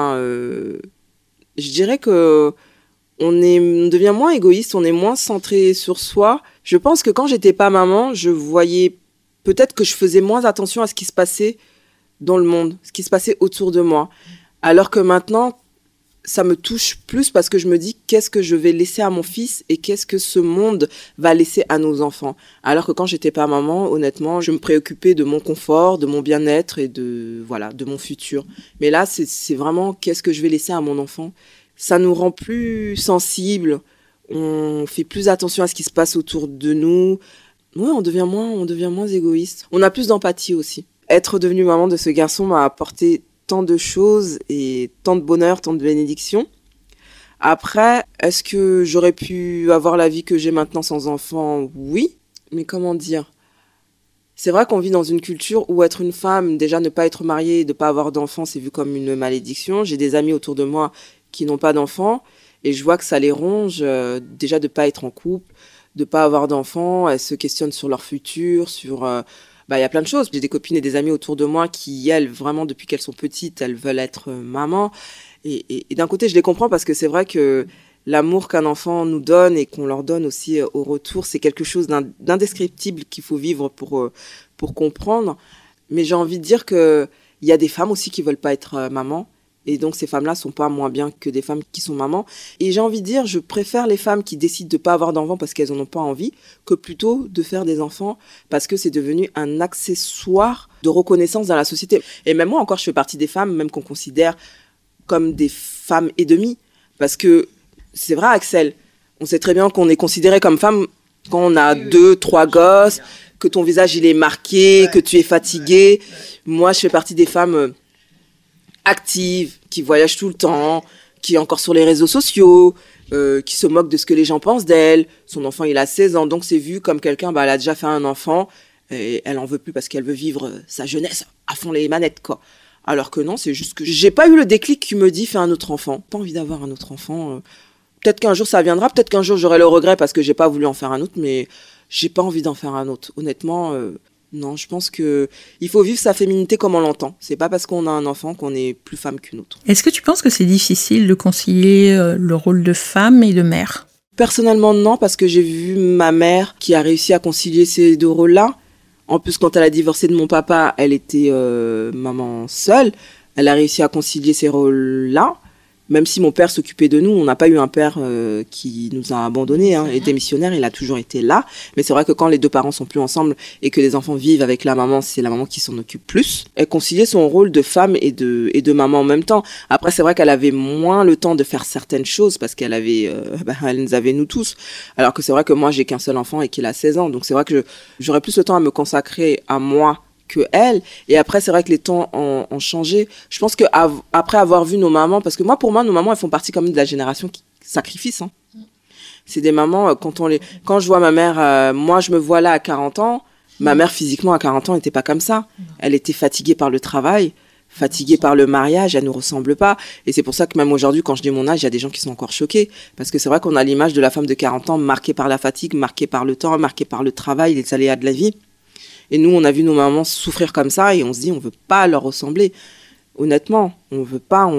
je dirais que on devient moins égoïste, on est moins centré sur soi. Je pense que quand j'étais pas maman, je voyais peut-être que je faisais moins attention à ce qui se passait dans le monde, ce qui se passait autour de moi. Alors que maintenant, ça me touche plus parce que je me dis qu'est-ce que je vais laisser à mon fils et qu'est-ce que ce monde va laisser à nos enfants. Alors que quand j'étais pas maman, honnêtement, je me préoccupais de mon confort, de mon bien-être et de mon futur. Mais là, c'est vraiment qu'est-ce que je vais laisser à mon enfant. Ça nous rend plus sensibles, on fait plus attention à ce qui se passe autour de nous. Ouais, on devient moins égoïste. On a plus d'empathie aussi. Être devenue maman de ce garçon m'a apporté tant de choses et tant de bonheur, tant de bénédictions. Après, est-ce que j'aurais pu avoir la vie que j'ai maintenant sans enfant? Oui. Mais comment dire? C'est vrai qu'on vit dans une culture où être une femme, déjà ne pas être mariée, ne pas avoir d'enfants, c'est vu comme une malédiction. J'ai des amis autour de moi qui n'ont pas d'enfants et je vois que ça les ronge, déjà de pas être en couple, de pas avoir d'enfants. Elles se questionnent sur leur futur, sur... il y a plein de choses. J'ai des copines et des amis autour de moi qui, elles, vraiment, depuis qu'elles sont petites, elles veulent être maman. Et d'un côté, je les comprends parce que c'est vrai que l'amour qu'un enfant nous donne et qu'on leur donne aussi au retour, c'est quelque chose d'indescriptible qu'il faut vivre pour comprendre. Mais j'ai envie de dire qu'il y a des femmes aussi qui veulent pas être maman. Et donc, ces femmes-là sont pas moins bien que des femmes qui sont mamans. Et j'ai envie de dire, je préfère les femmes qui décident de pas avoir d'enfants parce qu'elles en ont pas envie, que plutôt de faire des enfants parce que c'est devenu un accessoire de reconnaissance dans la société. Et même moi, encore, je fais partie des femmes, même qu'on considère comme des femmes et demie. Parce que, c'est vrai, Axel, on sait très bien qu'on est considéré comme femme quand on a 2, 3 gosses, que ton visage, il est marqué, que tu es fatigué. Moi, je fais partie des femmes active, qui voyage tout le temps, qui est encore sur les réseaux sociaux, qui se moque de ce que les gens pensent d'elle. Son enfant, il a 16 ans, donc c'est vu comme quelqu'un, elle a déjà fait un enfant, et elle en veut plus parce qu'elle veut vivre sa jeunesse à fond les manettes, quoi. Alors que non, c'est juste que j'ai pas eu le déclic qui me dit fais un autre enfant. Pas envie d'avoir un autre enfant. Peut-être qu'un jour ça viendra, peut-être qu'un jour j'aurai le regret parce que j'ai pas voulu en faire un autre, mais j'ai pas envie d'en faire un autre. Honnêtement, non, je pense que il faut vivre sa féminité comme on l'entend. C'est pas parce qu'on a un enfant qu'on est plus femme qu'une autre. Est-ce que tu penses que c'est difficile de concilier le rôle de femme et de mère? Personnellement, non, parce que j'ai vu ma mère qui a réussi à concilier ces deux rôles-là. En plus, quand elle a divorcé de mon papa, elle était maman seule. Elle a réussi à concilier ces rôles-là. Même si mon père s'occupait de nous, on n'a pas eu un père qui nous a abandonnés, et démissionnaire, il a toujours été là. Mais c'est vrai que quand les deux parents sont plus ensemble et que les enfants vivent avec la maman, c'est la maman qui s'en occupe plus. Elle conciliait son rôle de femme et de maman en même temps. Après, c'est vrai qu'elle avait moins le temps de faire certaines choses parce qu'elle avait, elle nous avait nous tous. Alors que c'est vrai que moi, j'ai qu'un seul enfant et qu'il a 16 ans. Donc c'est vrai que j'aurais plus le temps à me consacrer à moi que elle. Et après, c'est vrai que les temps ont changé. Je pense que après avoir vu nos mamans, parce que pour moi, nos mamans, elles font partie quand même de la génération qui sacrifice. C'est des mamans, quand je vois ma mère, moi, je me vois là à 40 ans. Ma mère, physiquement, à 40 ans, n'était pas comme ça. Elle était fatiguée par le travail, fatiguée par le mariage, elle nous ressemble pas. Et c'est pour ça que même aujourd'hui, quand je dis mon âge, il y a des gens qui sont encore choqués. Parce que c'est vrai qu'on a l'image de la femme de 40 ans marquée par la fatigue, marquée par le temps, marquée par le travail, les aléas de la vie. Et nous, on a vu nos mamans souffrir comme ça et on se dit, on veut pas leur ressembler. Honnêtement, on veut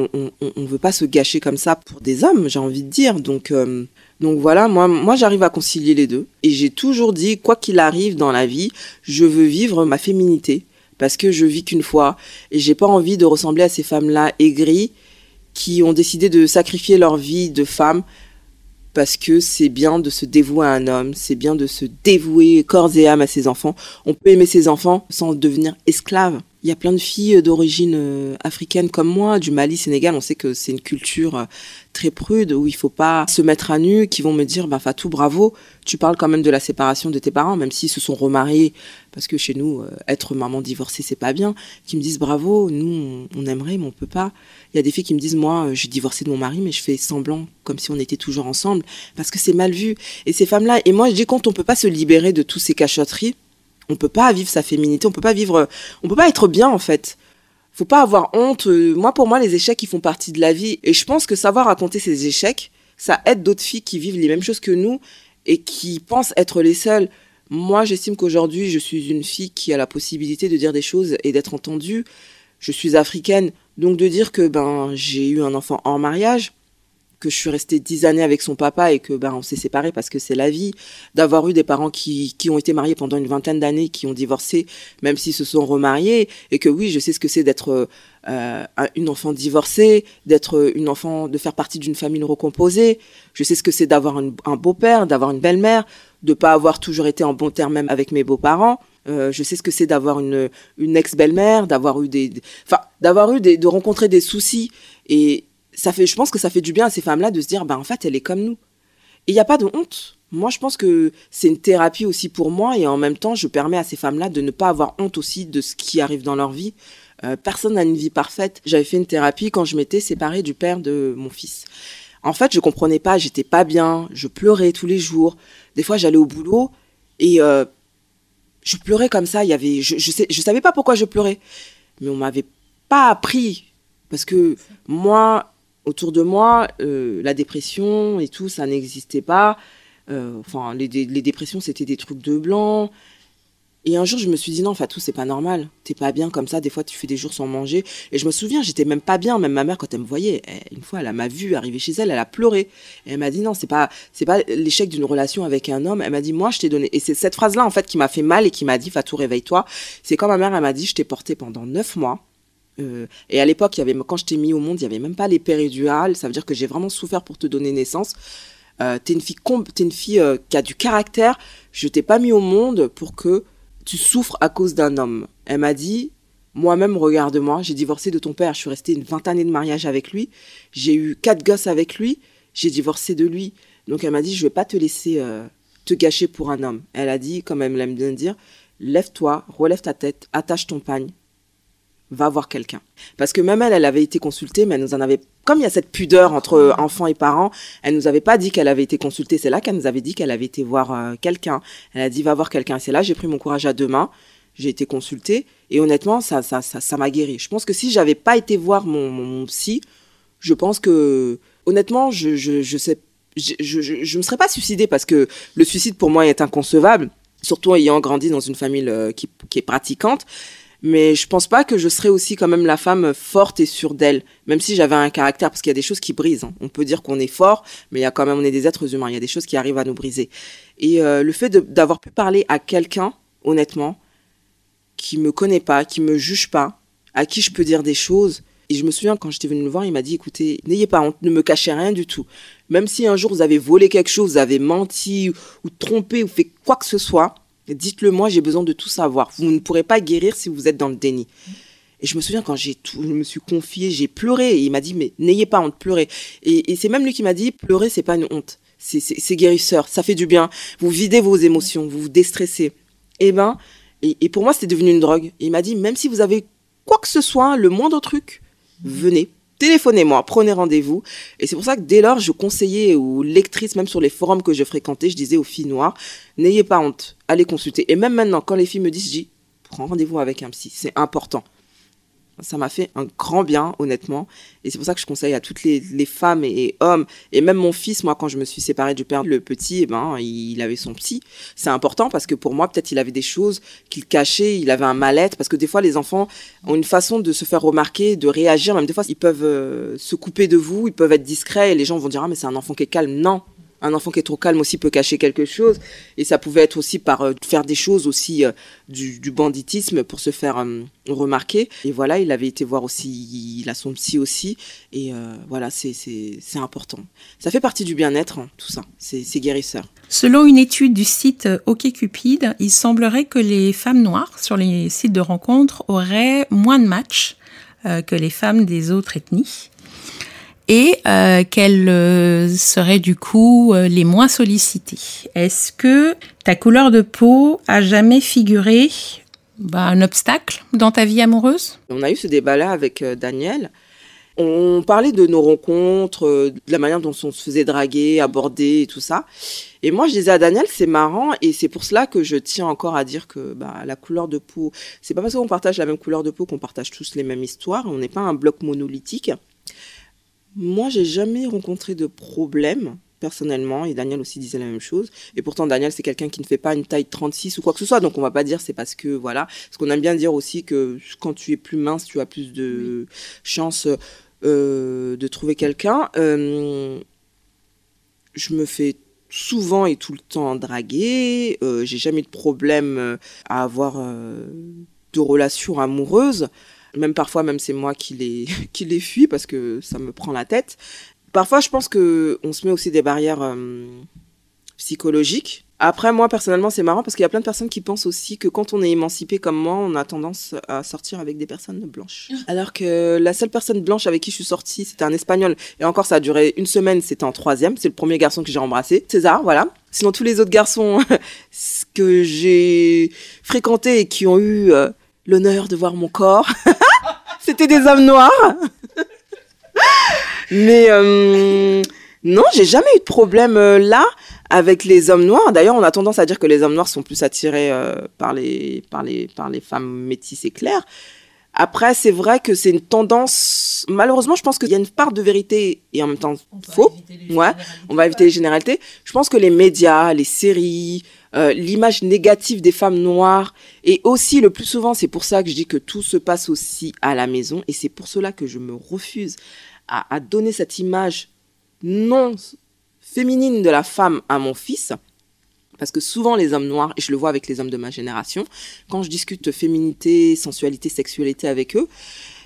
pas se gâcher comme ça pour des hommes, j'ai envie de dire. Donc voilà, moi, j'arrive à concilier les deux. Et j'ai toujours dit, quoi qu'il arrive dans la vie, je veux vivre ma féminité parce que je vis qu'une fois et j'ai pas envie de ressembler à ces femmes-là aigries qui ont décidé de sacrifier leur vie de femme parce que c'est bien de se dévouer à un homme, c'est bien de se dévouer corps et âme à ses enfants. On peut aimer ses enfants sans devenir esclave. Il y a plein de filles d'origine africaine comme moi, du Mali, Sénégal. On sait que c'est une culture très prude où il faut pas se mettre à nu, qui vont me dire, Fatou, bravo, tu parles quand même de la séparation de tes parents, même s'ils se sont remariés, parce que chez nous, être maman divorcée, c'est pas bien. Qui me disent, bravo, nous, on aimerait, mais on peut pas. Il y a des filles qui me disent, moi, j'ai divorcé de mon mari, mais je fais semblant, comme si on était toujours ensemble, parce que c'est mal vu. Et ces femmes-là, et moi, je dis, quand on peut pas se libérer de toutes ces cachotteries, on peut pas vivre sa féminité, on peut pas être bien, en fait. Faut pas avoir honte. Pour moi, les échecs, ils font partie de la vie. Et je pense que savoir raconter ces échecs, ça aide d'autres filles qui vivent les mêmes choses que nous et qui pensent être les seules. Moi, j'estime qu'aujourd'hui, je suis une fille qui a la possibilité de dire des choses et d'être entendue. Je suis africaine, donc de dire que j'ai eu un enfant hors mariage, que je suis restée 10 années avec son papa et que on s'est séparés parce que c'est la vie, d'avoir eu des parents qui ont été mariés pendant une 20aine d'années, qui ont divorcé, même s'ils se sont remariés, et que oui, je sais ce que c'est d'être une enfant divorcée, d'être une enfant, de faire partie d'une famille recomposée. Je sais ce que c'est d'avoir un beau-père, d'avoir une belle-mère, de pas avoir toujours été en bon terme même avec mes beaux-parents. Je sais ce que c'est d'avoir une ex-belle-mère, de rencontrer des soucis. Et je pense que ça fait du bien à ces femmes-là de se dire, en fait, elle est comme nous. Et il n'y a pas de honte. Moi, je pense que c'est une thérapie aussi pour moi et en même temps, je permets à ces femmes-là de ne pas avoir honte aussi de ce qui arrive dans leur vie. Personne n'a une vie parfaite. J'avais fait une thérapie quand je m'étais séparée du père de mon fils. En fait, je comprenais pas, j'étais pas bien, je pleurais tous les jours. Des fois, j'allais au boulot et je pleurais comme ça. Je savais pas pourquoi je pleurais, mais on m'avait pas appris parce que moi, autour de moi, la dépression et tout, ça n'existait pas. Les dépressions, c'était des trucs de blanc. Et un jour, je me suis dit, non, Fatou, c'est pas normal. T'es pas bien comme ça. Des fois, tu fais des jours sans manger. Et je me souviens, j'étais même pas bien. Même ma mère, quand elle me voyait, une fois, elle m'a vue arriver chez elle, elle a pleuré. Et elle m'a dit, non, c'est pas l'échec d'une relation avec un homme. Elle m'a dit, moi, je t'ai donné. Et c'est cette phrase-là, en fait, qui m'a fait mal et qui m'a dit, Fatou, réveille-toi. C'est quand ma mère, elle m'a dit, je t'ai portée pendant 9 mois. Et à l'époque, quand je t'ai mis au monde, il y avait même pas les péridurales. Ça veut dire que j'ai vraiment souffert pour te donner naissance. T'es une fille qui a du caractère. Je t'ai pas mis au monde pour que tu souffres à cause d'un homme. Elle m'a dit, moi-même, regarde-moi, j'ai divorcé de ton père, je suis restée une 20 années de mariage avec lui, j'ai eu 4 gosses avec lui, j'ai divorcé de lui. Donc elle m'a dit, je vais pas te laisser te gâcher pour un homme. Elle a dit, comme elle aime bien dire, lève-toi, relève ta tête, attache ton pagne, va voir quelqu'un. Parce que même elle avait été consultée, mais elle nous en avait... Comme il y a cette pudeur entre enfants et parents, elle nous avait pas dit qu'elle avait été consultée. C'est là qu'elle nous avait dit qu'elle avait été voir quelqu'un. Elle a dit, va voir quelqu'un. C'est là, j'ai pris mon courage à 2 mains. J'ai été consultée. Et honnêtement, ça m'a guéri. Je pense que si j'avais pas été voir mon psy, je pense que, honnêtement, je me serais pas suicidée parce que le suicide pour moi est inconcevable. Surtout ayant grandi dans une famille qui est pratiquante. Mais je pense pas que je serais aussi quand même la femme forte et sûre d'elle, même si j'avais un caractère, parce qu'il y a des choses qui brisent. Hein. On peut dire qu'on est fort, mais il y a quand même, on est des êtres humains, il y a des choses qui arrivent à nous briser. Et le fait d'avoir pu parler à quelqu'un, honnêtement, qui me connaît pas, qui me juge pas, à qui je peux dire des choses. Et je me souviens quand j'étais venue le voir, il m'a dit, écoutez, n'ayez pas honte, ne me cachez rien du tout. Même si un jour vous avez volé quelque chose, vous avez menti ou trompé ou fait quoi que ce soit, dites-le moi, j'ai besoin de tout savoir. Vous ne pourrez pas guérir si vous êtes dans le déni. Et je me souviens quand je me suis confiée, j'ai pleuré. Et il m'a dit, mais n'ayez pas honte, pleurez. Et c'est même lui qui m'a dit, pleurer, c'est pas une honte. C'est guérisseur, ça fait du bien. Vous videz vos émotions, vous vous déstressez. Et pour moi, c'était devenu une drogue. Et il m'a dit, même si vous avez quoi que ce soit, le moindre truc, venez. Téléphonez-moi, prenez rendez-vous. Et c'est pour ça que dès lors, je conseillais aux lectrices, même sur les forums que je fréquentais, je disais aux filles noires, n'ayez pas honte, allez consulter. Et même maintenant, quand les filles me disent, je dis, prends rendez-vous avec un psy, c'est important. Ça m'a fait un grand bien, honnêtement. Et c'est pour ça que je conseille à toutes les femmes et hommes, et même mon fils, moi, quand je me suis séparée du père, le petit, il avait son psy. C'est important parce que pour moi, peut-être il avait des choses qu'il cachait, il avait un mal-être, parce que des fois, les enfants ont une façon de se faire remarquer, de réagir. Même des fois, ils peuvent se couper de vous, ils peuvent être discrets, et les gens vont dire, ah, mais c'est un enfant qui est calme. Non. Un enfant qui est trop calme aussi peut cacher quelque chose. Et ça pouvait être aussi par faire des choses aussi du banditisme pour se faire remarquer. Et voilà, il avait été voir aussi, il a son psy aussi. Et voilà, c'est important. Ça fait partie du bien-être, hein, tout ça. C'est guérisseur. Selon une étude du site OkCupid, il semblerait que les femmes noires sur les sites de rencontres auraient moins de matchs que les femmes des autres ethnies. Et qu'elles seraient du coup les moins sollicitées. Est-ce que ta couleur de peau a jamais figuré un obstacle dans ta vie amoureuse ? On a eu ce débat-là avec Daniel. On parlait de nos rencontres, de la manière dont on se faisait draguer, aborder et tout ça. Et moi, je disais à Daniel, c'est marrant et c'est pour cela que je tiens encore à dire que la couleur de peau, c'est pas parce qu'on partage la même couleur de peau qu'on partage tous les mêmes histoires. On n'est pas un bloc monolithique. Moi, j'ai jamais rencontré de problème, personnellement, et Daniel aussi disait la même chose. Et pourtant, Daniel, c'est quelqu'un qui ne fait pas une taille 36 ou quoi que ce soit, donc on va pas dire c'est parce que, voilà. Parce qu'on aime bien dire aussi que quand tu es plus mince, tu as plus de chances de trouver quelqu'un. Je me fais souvent et tout le temps draguer. J'ai jamais eu de problème à avoir de relations amoureuses. Même parfois, c'est moi qui les fuis parce que ça me prend la tête. Parfois, je pense qu'on se met aussi des barrières psychologiques. Après, moi, personnellement, c'est marrant parce qu'il y a plein de personnes qui pensent aussi que quand on est émancipé comme moi, on a tendance à sortir avec des personnes blanches. Alors que la seule personne blanche avec qui je suis sortie, c'était un Espagnol. Et encore, ça a duré 1 semaine, c'était en 3e. C'est le premier garçon que j'ai embrassé. César, voilà. Sinon, tous les autres garçons que j'ai fréquentés et qui ont eu l'honneur de voir mon corps, c'était des hommes noirs. Mais non, j'ai jamais eu de problème là avec les hommes noirs. D'ailleurs, on a tendance à dire que les hommes noirs sont plus attirés par les femmes métisses et claires. Après, c'est vrai que c'est une tendance. Malheureusement, je pense qu'il y a une part de vérité et en même temps faux. Ouais, on va éviter les généralités. Je pense que les médias, les séries, l'image négative des femmes noires et aussi le plus souvent, c'est pour ça que je dis que tout se passe aussi à la maison et c'est pour cela que je me refuse à donner cette image non féminine de la femme à mon fils. Parce que souvent, les hommes noirs, et je le vois avec les hommes de ma génération, quand je discute féminité, sensualité, sexualité avec eux,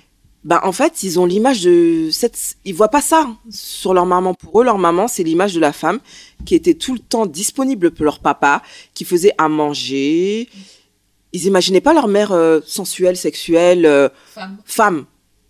en fait, ils ont l'image de ils voient pas ça sur leur maman. Pour eux, leur maman, c'est l'image de la femme qui était tout le temps disponible pour leur papa, qui faisait à manger. Ils imaginaient pas leur mère sensuelle, sexuelle, femme.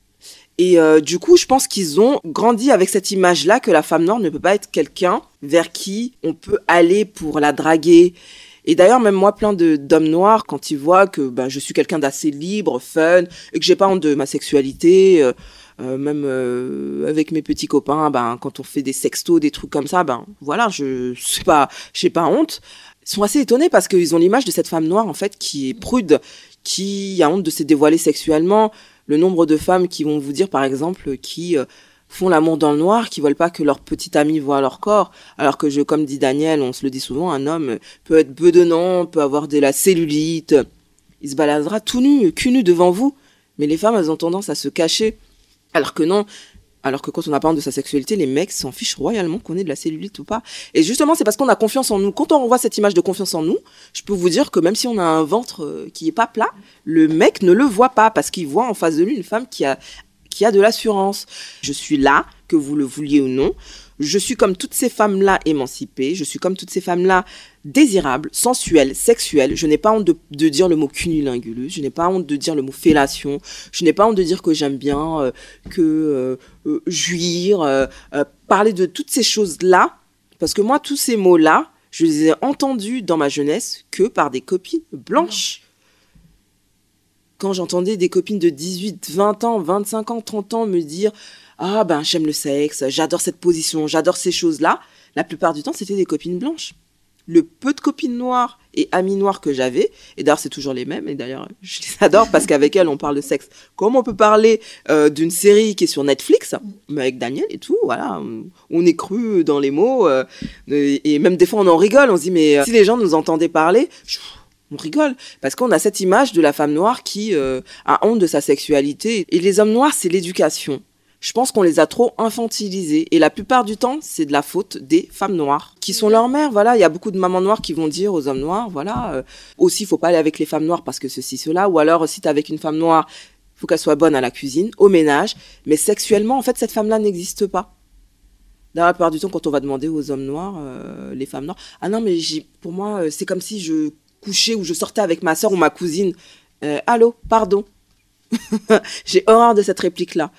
Et du coup, je pense qu'ils ont grandi avec cette image-là que la femme noire ne peut pas être quelqu'un vers qui on peut aller pour la draguer. Et d'ailleurs, même moi, plein d'hommes noirs, quand ils voient que je suis quelqu'un d'assez libre, fun, et que j'ai pas honte de ma sexualité, même avec mes petits copains, quand on fait des sextos, des trucs comme ça, voilà, j'ai pas honte. Ils sont assez étonnés parce qu'ils ont l'image de cette femme noire, en fait, qui est prude, qui a honte de se dévoiler sexuellement. Le nombre de femmes qui vont vous dire, par exemple, qui font l'amour dans le noir, qui veulent pas que leur petite amie voie leur corps, alors que comme dit Daniel, on se le dit souvent, un homme peut être bedonnant, peut avoir de la cellulite, il se baladera tout nu, cul nu devant vous, mais les femmes, elles ont tendance à se cacher, alors que non. Alors que quand on a pas honte de sa sexualité, les mecs s'en fichent royalement qu'on ait de la cellulite ou pas. Et justement, c'est parce qu'on a confiance en nous. Quand on revoit cette image de confiance en nous, je peux vous dire que même si on a un ventre qui est pas plat, le mec ne le voit pas parce qu'il voit en face de lui une femme qui a de l'assurance. Je suis là, que vous le vouliez ou non. Je suis comme toutes ces femmes-là émancipées. Je suis comme toutes ces femmes-là désirables, sensuelles, sexuelles. Je n'ai pas honte de dire le mot cunnilinguleuse. Je n'ai pas honte de dire le mot fellation. Je n'ai pas honte de dire que j'aime bien jouir, parler de toutes ces choses-là. Parce que moi, tous ces mots-là, je les ai entendus dans ma jeunesse que par des copines blanches. Quand j'entendais des copines de 18, 20 ans, 25 ans, 30 ans me dire « Ah, j'aime le sexe, j'adore cette position, j'adore ces choses-là », la plupart du temps, c'était des copines blanches. Le peu de copines noires et amies noires que j'avais, et d'ailleurs, c'est toujours les mêmes, et d'ailleurs, je les adore parce qu'avec elles, on parle de sexe. Comme on peut parler d'une série qui est sur Netflix, mais avec Daniel et tout, voilà, on est cru dans les mots, et même des fois, on en rigole, on se dit « Mais si les gens nous entendaient parler... » On rigole, parce qu'on a cette image de la femme noire qui a honte de sa sexualité. Et les hommes noirs, c'est l'éducation. Je pense qu'on les a trop infantilisés. Et la plupart du temps, c'est de la faute des femmes noires, qui sont leurs mères. Voilà, il y a beaucoup de mamans noires qui vont dire aux hommes noirs, voilà, aussi, il faut pas aller avec les femmes noires parce que ceci, cela. Ou alors, si t'es avec une femme noire, faut qu'elle soit bonne à la cuisine, au ménage. Mais sexuellement, en fait, cette femme-là n'existe pas. Dans la plupart du temps, quand on va demander aux hommes noirs, les femmes noires, ah non, mais pour moi, c'est comme si je couchais ou je sortais avec ma sœur ou ma cousine. Allô, pardon. J'ai horreur de cette réplique-là.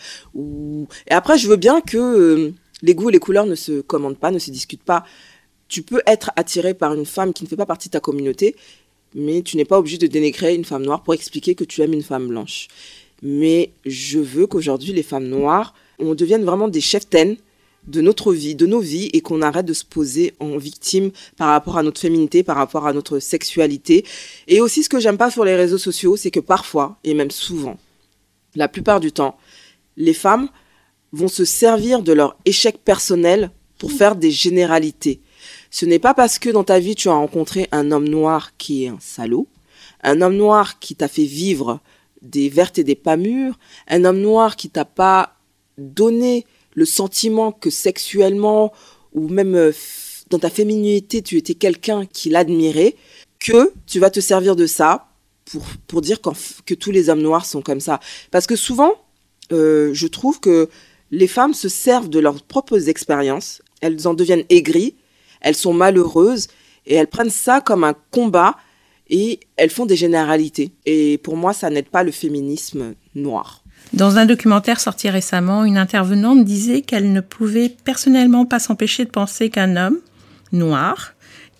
Et après, je veux bien que les goûts et les couleurs ne se commandent pas, ne se discutent pas. Tu peux être attiré par une femme qui ne fait pas partie de ta communauté, mais tu n'es pas obligé de dénigrer une femme noire pour expliquer que tu aimes une femme blanche. Mais je veux qu'aujourd'hui, les femmes noires, on devienne vraiment des cheftaines de notre vie, de nos vies, et qu'on arrête de se poser en victime par rapport à notre féminité, par rapport à notre sexualité. Et aussi, ce que j'aime pas sur les réseaux sociaux, c'est que parfois, et même souvent, la plupart du temps, les femmes vont se servir de leur échec personnel pour faire des généralités. Ce n'est pas parce que dans ta vie, tu as rencontré un homme noir qui est un salaud, un homme noir qui t'a fait vivre des vertes et des pas mûres, un homme noir qui t'a pas donné le sentiment que sexuellement ou même dans ta féminité, tu étais quelqu'un qui l'admirait, que tu vas te servir de ça pour dire que tous les hommes noirs sont comme ça. Parce que souvent, je trouve que les femmes se servent de leurs propres expériences, elles en deviennent aigries, elles sont malheureuses et elles prennent ça comme un combat et elles font des généralités. Et pour moi, ça n'aide pas le féminisme noir. Dans un documentaire sorti récemment, une intervenante disait qu'elle ne pouvait personnellement pas s'empêcher de penser qu'un homme noir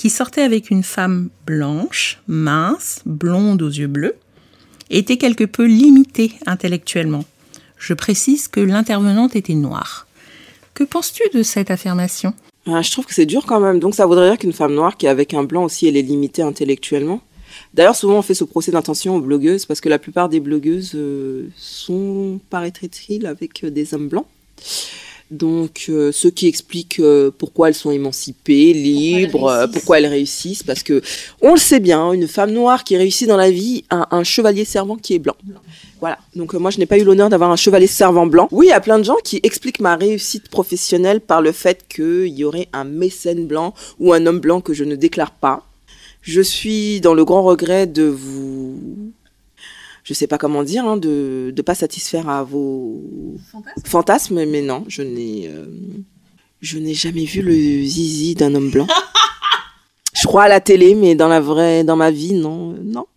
qui sortait avec une femme blanche, mince, blonde aux yeux bleus, était quelque peu limitée intellectuellement. Je précise que l'intervenante était noire. Que penses-tu de cette affirmation ? Je trouve que c'est dur quand même. Donc ça voudrait dire qu'une femme noire qui est avec un blanc aussi, elle est limitée intellectuellement. D'ailleurs, souvent on fait ce procès d'intention aux blogueuses parce que la plupart des blogueuses sont, paraîtrait-il, avec des hommes blancs. Donc, ce qui explique pourquoi elles sont émancipées, libres, pourquoi elles réussissent. Parce que, on le sait bien, une femme noire qui réussit dans la vie a un chevalier servant qui est blanc. Voilà. Donc, moi, je n'ai pas eu l'honneur d'avoir un chevalier servant blanc. Oui, il y a plein de gens qui expliquent ma réussite professionnelle par le fait qu'il y aurait un mécène blanc ou un homme blanc que je ne déclare pas. Je suis dans le grand regret de vous... Je sais pas comment dire, de pas satisfaire à vos fantasmes, mais non, je n'ai jamais vu le zizi d'un homme blanc. Je crois à la télé, mais dans ma vie, non.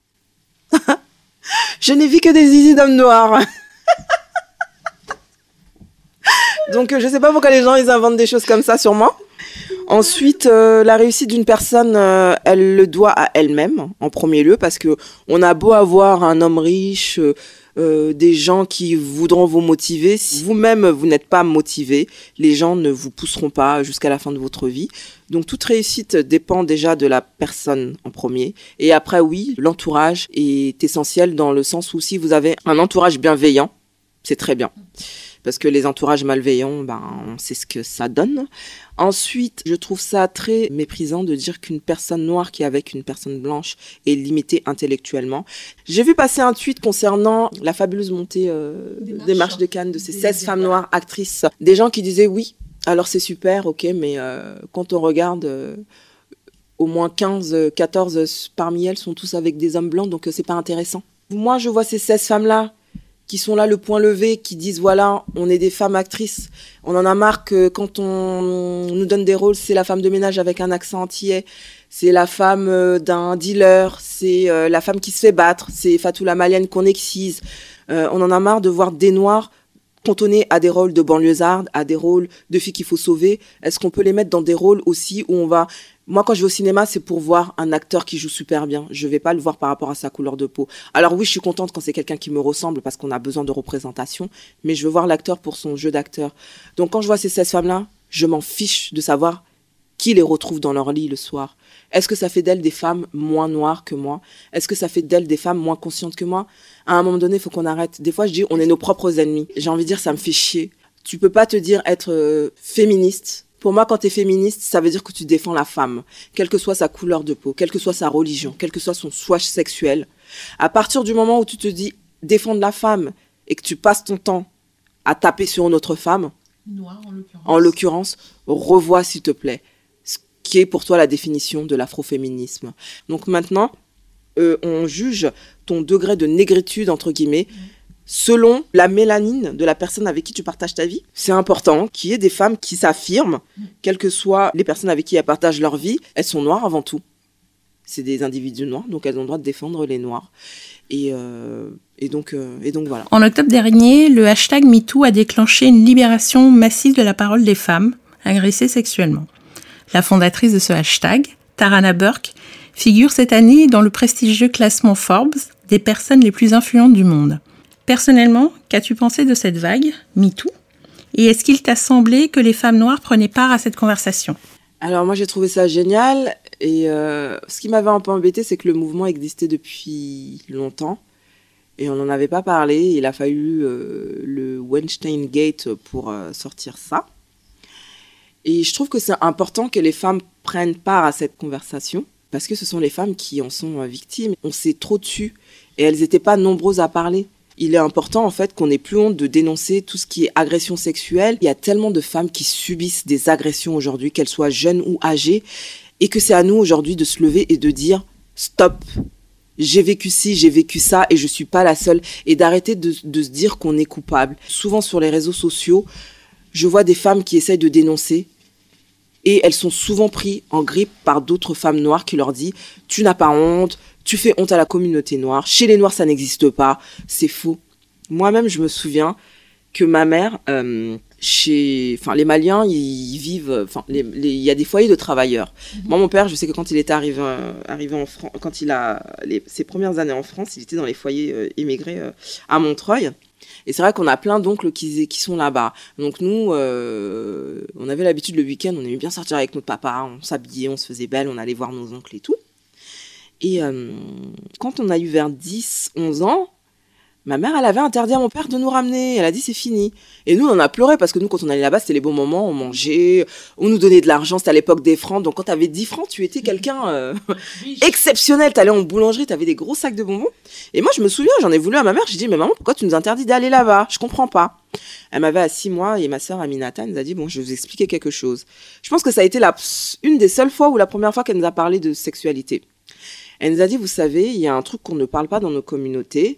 Je n'ai vu que des zizis d'hommes noirs. Donc, je sais pas pourquoi les gens, ils inventent des choses comme ça sur moi. Ensuite, la réussite d'une personne, elle le doit à elle-même, en premier lieu, parce que on a beau avoir un homme riche, des gens qui voudront vous motiver. Si vous-même, vous n'êtes pas motivé, les gens ne vous pousseront pas jusqu'à la fin de votre vie. Donc, toute réussite dépend déjà de la personne en premier. Et après, oui, l'entourage est essentiel dans le sens où si vous avez un entourage bienveillant, c'est très bien. Parce que les entourages malveillants, on sait ce que ça donne. Ensuite, je trouve ça très méprisant de dire qu'une personne noire qui est avec une personne blanche est limitée intellectuellement. J'ai vu passer un tweet concernant la fabuleuse montée des marches de Cannes de ces 16 femmes noires actrices. Des gens qui disaient oui, alors c'est super, ok, mais quand on regarde, au moins 15, 14 parmi elles sont tous avec des hommes blancs, donc c'est pas intéressant. Moi, je vois ces 16 femmes-là qui sont là le point levé, qui disent voilà, on est des femmes actrices. On en a marre que quand on nous donne des rôles, c'est la femme de ménage avec un accent antillais, c'est la femme d'un dealer, c'est la femme qui se fait battre, c'est Fatou la Malienne qu'on excise. On en a marre de voir des noirs cantonnés à des rôles de banlieusardes, à des rôles de filles qu'il faut sauver. Est-ce qu'on peut les mettre dans des rôles aussi où on va... Moi, quand je vais au cinéma, c'est pour voir un acteur qui joue super bien. Je vais pas le voir par rapport à sa couleur de peau. Alors oui, je suis contente quand c'est quelqu'un qui me ressemble parce qu'on a besoin de représentation, mais je veux voir l'acteur pour son jeu d'acteur. Donc quand je vois ces 16 femmes-là, je m'en fiche de savoir qui les retrouve dans leur lit le soir. Est-ce que ça fait d'elles des femmes moins noires que moi ? Est-ce que ça fait d'elles des femmes moins conscientes que moi ? À un moment donné, il faut qu'on arrête. Des fois, je dis, on est nos propres ennemis. J'ai envie de dire, ça me fait chier. Tu peux pas te dire être féministe. Pour moi, quand tu es féministe, ça veut dire que tu défends la femme, quelle que soit sa couleur de peau, quelle que soit sa religion, quel que soit son choix sexuel. À partir du moment où tu te dis défendre la femme et que tu passes ton temps à taper sur une autre femme, noire en l'occurrence, revois s'il te plaît ce qui est pour toi la définition de l'afroféminisme. Donc maintenant, on juge ton degré de négritude, entre guillemets, selon la mélanine de la personne avec qui tu partages ta vie. C'est important qu'il y ait des femmes qui s'affirment, quelles que soient les personnes avec qui elles partagent leur vie, elles sont noires avant tout. C'est des individus noirs, donc elles ont le droit de défendre les noirs. Et donc voilà. En octobre dernier, le hashtag MeToo a déclenché une libération massive de la parole des femmes agressées sexuellement. La fondatrice de ce hashtag, Tarana Burke, figure cette année dans le prestigieux classement Forbes des personnes les plus influentes du monde. Personnellement, qu'as-tu pensé de cette vague, MeToo ? Et est-ce qu'il t'a semblé que les femmes noires prenaient part à cette conversation ? Alors moi, j'ai trouvé ça génial. Et ce qui m'avait un peu embêté, c'est que le mouvement existait depuis longtemps. Et on n'en avait pas parlé. Il a fallu le Weinstein Gate pour sortir ça. Et je trouve que c'est important que les femmes prennent part à cette conversation. Parce que ce sont les femmes qui en sont victimes. On s'est trop dessus. Et elles n'étaient pas nombreuses à parler. Il est important, en fait, qu'on n'ait plus honte de dénoncer tout ce qui est agression sexuelle. Il y a tellement de femmes qui subissent des agressions aujourd'hui, qu'elles soient jeunes ou âgées, et que c'est à nous aujourd'hui de se lever et de dire « Stop, j'ai vécu ci, j'ai vécu ça, et je suis pas la seule », et d'arrêter de se dire qu'on est coupable. Souvent, sur les réseaux sociaux, je vois des femmes qui essayent de dénoncer, et elles sont souvent prises en grippe par d'autres femmes noires qui leur disent « Tu n'as pas honte ». Tu fais honte à la communauté noire. Chez les Noirs, ça n'existe pas. C'est faux. Moi-même, je me souviens que ma mère, les Maliens, ils vivent, il y a des foyers de travailleurs. Moi, mon père, je sais que quand il était arrivé en France, quand il a ses premières années en France, il était dans les foyers immigrés à Montreuil. Et c'est vrai qu'on a plein d'oncles qui sont là-bas. Donc nous, on avait l'habitude le week-end, on aimait bien sortir avec notre papa, on s'habillait, on se faisait belle, on allait voir nos oncles et tout. Et quand on a eu vers 10, 11 ans, ma mère, elle avait interdit à mon père de nous ramener. Elle a dit, c'est fini. Et nous, on a pleuré parce que nous, quand on allait là-bas, c'était les bons moments. On mangeait, on nous donnait de l'argent. C'était à l'époque des francs. Donc, quand t'avais 10 francs, tu étais quelqu'un exceptionnel. T'allais en boulangerie, t'avais des gros sacs de bonbons. Et moi, je me souviens, j'en ai voulu à ma mère. J'ai dit, mais maman, pourquoi tu nous interdis d'aller là-bas? Je comprends pas. Elle m'avait à 6 mois et ma sœur Aminata nous a dit, bon, je vais vous expliquer quelque chose. Je pense que ça a été une des seules fois ou la première fois qu'elle nous a parlé de sexualité. Elle nous a dit, vous savez, il y a un truc qu'on ne parle pas dans nos communautés.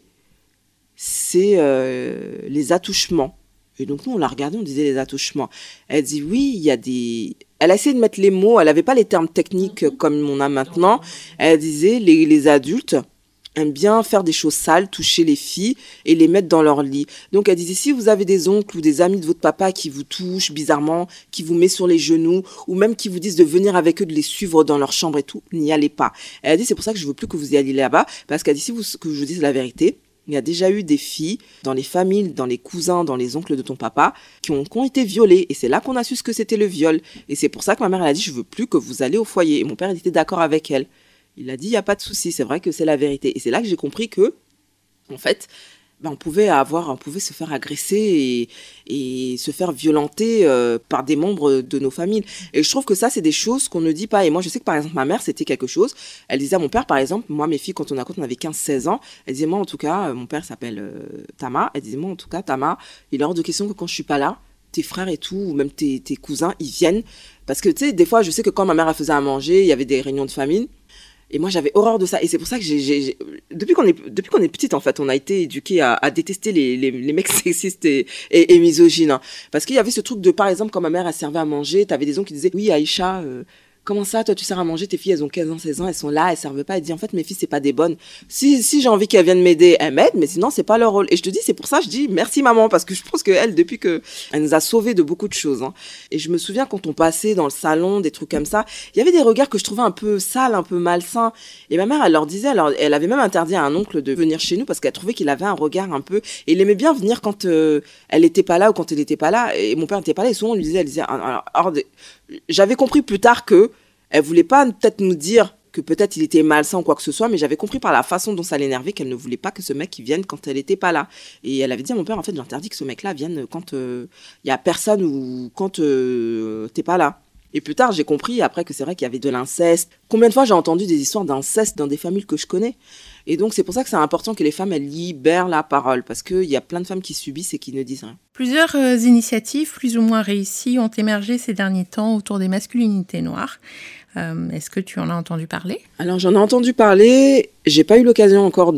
C'est les attouchements. Et donc nous on l'a regardé, on disait les attouchements. Elle dit oui, il y a des... Elle a essayé de mettre les mots, elle avait pas les termes techniques comme on a maintenant. Elle disait les adultes aiment bien faire des choses sales, toucher les filles et les mettre dans leur lit. Donc elle disait si vous avez des oncles ou des amis de votre papa qui vous touchent bizarrement, qui vous met sur les genoux ou même qui vous disent de venir avec eux, de les suivre dans leur chambre et tout, n'y allez pas. Elle a dit c'est pour ça que je veux plus que vous y alliez là-bas parce qu'elle dit que je vous dise la vérité. Il y a déjà eu des filles dans les familles, dans les cousins, dans les oncles de ton papa qui ont été violées. Et c'est là qu'on a su ce que c'était le viol. Et c'est pour ça que ma mère, elle a dit, je veux plus que vous allez au foyer. Et mon père, il était d'accord avec elle. Il a dit, il n'y a pas de souci, c'est vrai que c'est la vérité. Et c'est là que j'ai compris que, en fait, on pouvait se faire agresser et se faire violenter par des membres de nos familles. Et je trouve que ça, c'est des choses qu'on ne dit pas. Et moi, je sais que, par exemple, ma mère, c'était quelque chose. Elle disait à mon père, par exemple, moi, mes filles, quand on avait 15-16 ans, elle disait, moi, en tout cas, mon père s'appelle Tama. Elle disait, moi, en tout cas, Tama, il est hors de question que quand je suis pas là, tes frères et tout, ou même tes cousins, ils viennent. Parce que, tu sais, des fois, je sais que quand ma mère, elle faisait à manger, il y avait des réunions de famille. Et moi, j'avais horreur de ça. Et c'est pour ça que depuis qu'on est petite, en fait, on a été éduqués à détester les mecs sexistes et misogynes. Hein. Parce qu'il y avait ce truc de, par exemple, quand ma mère, elle servait à manger, t'avais des oncles qui disaient, oui, Aïcha, comment ça, toi, tu sers à manger, tes filles, elles ont 15 ans, 16 ans, elles sont là, elles servent pas. Elle dit, en fait, mes filles, c'est pas des bonnes. Si j'ai envie qu'elles viennent m'aider, elles m'aident, mais sinon, c'est pas leur rôle. Et je te dis, c'est pour ça, je dis, merci maman, parce que je pense qu'elle, depuis elle nous a sauvés de beaucoup de choses, hein. Et je me souviens quand on passait dans le salon, des trucs comme ça, il y avait des regards que je trouvais un peu sales, un peu malsains. Et ma mère, elle leur disait, elle avait même interdit à un oncle de venir chez nous parce qu'elle trouvait qu'il avait un regard un peu, et il aimait bien venir quand elle était pas là ou quand elle était pas là. Et mon père n'était pas là, et souvent, elle disait, j'avais compris plus tard que elle voulait pas peut-être nous dire que peut-être il était malsain ou quoi que ce soit, mais j'avais compris par la façon dont ça l'énervait qu'elle ne voulait pas que ce mec vienne quand elle était pas là. Et elle avait dit à mon père, en fait, j'interdis que ce mec-là vienne quand y a personne ou quand t'es pas là. Et plus tard, j'ai compris après que c'est vrai qu'il y avait de l'inceste. Combien de fois j'ai entendu des histoires d'inceste dans des familles que je connais? Et donc, c'est pour ça que c'est important que les femmes, elles libèrent la parole, parce qu'il y a plein de femmes qui subissent et qui ne disent rien. Plusieurs initiatives plus ou moins réussies ont émergé ces derniers temps autour des masculinités noires. Est-ce que tu en as entendu parler? Alors, j'en ai entendu parler. J'ai pas eu l'occasion encore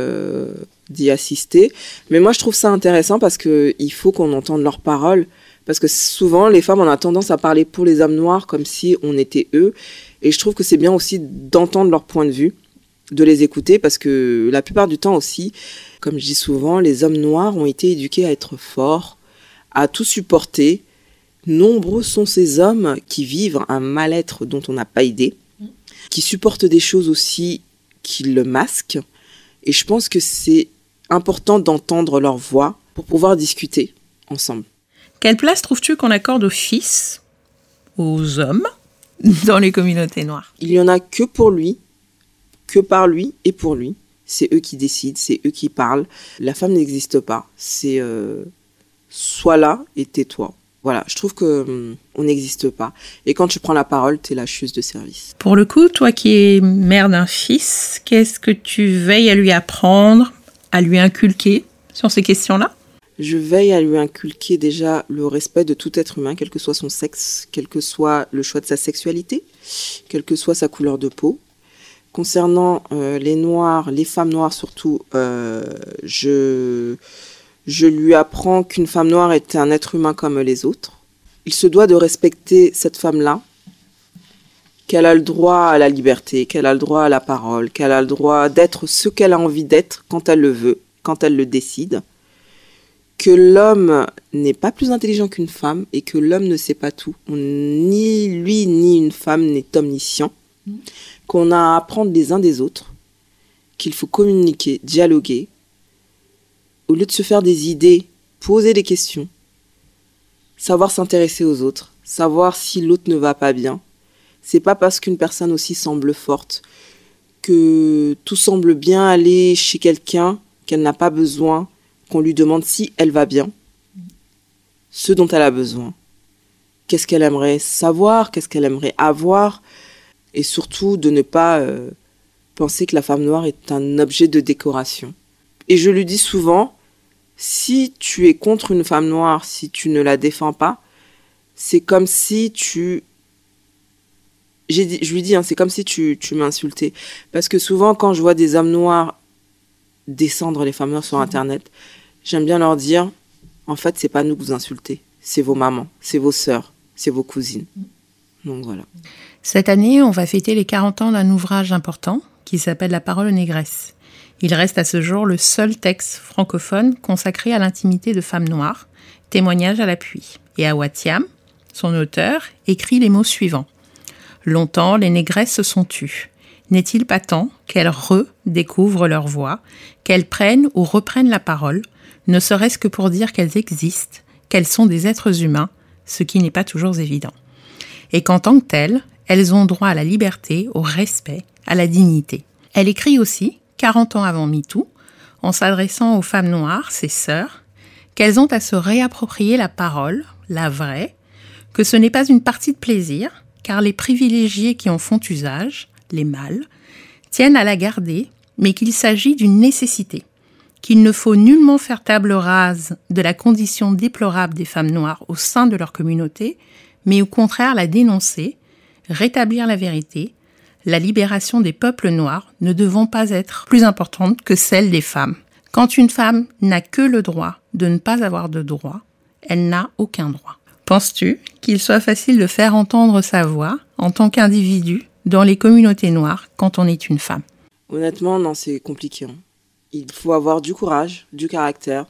d'y assister. Mais moi, je trouve ça intéressant parce qu'il faut qu'on entende leurs paroles. Parce que souvent, les femmes, on a tendance à parler pour les hommes noirs comme si on était eux. Et je trouve que c'est bien aussi d'entendre leur point de vue, de les écouter, parce que la plupart du temps aussi, comme je dis souvent, les hommes noirs ont été éduqués à être forts, à tout supporter. Nombreux sont ces hommes qui vivent un mal-être dont on n'a pas idée, qui supportent des choses aussi qui le masquent. Et je pense que c'est important d'entendre leur voix pour pouvoir discuter ensemble. Quelle place trouves-tu qu'on accorde aux fils, aux hommes, dans les communautés noires? Il n'y en a que pour lui, que par lui et pour lui. C'est eux qui décident, c'est eux qui parlent. La femme n'existe pas. C'est sois là et tais-toi. Voilà, je trouve qu'on n'existe pas. Et quand tu prends la parole, t'es la chusse de service. Pour le coup, toi qui es mère d'un fils, qu'est-ce que tu veilles à lui apprendre, à lui inculquer sur ces questions-là? Je veille à lui inculquer déjà le respect de tout être humain, quel que soit son sexe, quel que soit le choix de sa sexualité, quelle que soit sa couleur de peau. Concernant les noirs, les femmes noires surtout, je lui apprends qu'une femme noire est un être humain comme les autres. Il se doit de respecter cette femme-là, qu'elle a le droit à la liberté, qu'elle a le droit à la parole, qu'elle a le droit d'être ce qu'elle a envie d'être quand elle le veut, quand elle le décide. que l'homme n'est pas plus intelligent qu'une femme et que l'homme ne sait pas tout. Ni lui ni une femme n'est omniscient. Qu'on a à apprendre les uns des autres, qu'il faut communiquer, dialoguer, au lieu de se faire des idées, poser des questions, savoir s'intéresser aux autres, savoir si l'autre ne va pas bien. C'est pas parce qu'une personne aussi semble forte, que tout semble bien aller chez quelqu'un, qu'elle n'a pas besoin, qu'on lui demande si elle va bien, ce dont elle a besoin. Qu'est-ce qu'elle aimerait savoir, qu'est-ce qu'elle aimerait avoir, et surtout de ne pas penser que la femme noire est un objet de décoration. Et je lui dis souvent, si tu es contre une femme noire, si tu ne la défends pas, c'est comme si tu... je lui dis, c'est comme si tu m'insultais. Parce que souvent, quand je vois des hommes noirs descendre les femmes noires sur Internet, j'aime bien leur dire, en fait, c'est pas nous que vous insultez, c'est vos mamans, c'est vos sœurs, c'est vos cousines. Donc voilà. Cette année, on va fêter les 40 ans d'un ouvrage important qui s'appelle La parole aux négresses. Il reste à ce jour le seul texte francophone consacré à l'intimité de femmes noires, témoignage à l'appui. Et Awa Thiam, son auteur, écrit les mots suivants. « Longtemps, les négresses se sont tues. N'est-il pas temps qu'elles redécouvrent leur voix, qu'elles prennent ou reprennent la parole, ne serait-ce que pour dire qu'elles existent, qu'elles sont des êtres humains, ce qui n'est pas toujours évident. Et qu'en tant que telles, elles ont droit à la liberté, au respect, à la dignité. » Elle écrit aussi, 40 ans avant MeToo, en s'adressant aux femmes noires, ses sœurs, qu'elles ont à se réapproprier la parole, la vraie, que ce n'est pas une partie de plaisir, car les privilégiés qui en font usage, les mâles, tiennent à la garder, mais qu'il s'agit d'une nécessité, qu'il ne faut nullement faire table rase de la condition déplorable des femmes noires au sein de leur communauté, mais au contraire la dénoncer, rétablir la vérité, la libération des peuples noirs ne devant pas être plus importante que celle des femmes. Quand une femme n'a que le droit de ne pas avoir de droit, elle n'a aucun droit. Penses-tu qu'il soit facile de faire entendre sa voix en tant qu'individu dans les communautés noires quand on est une femme? Honnêtement, non, c'est compliqué. Il faut avoir du courage, du caractère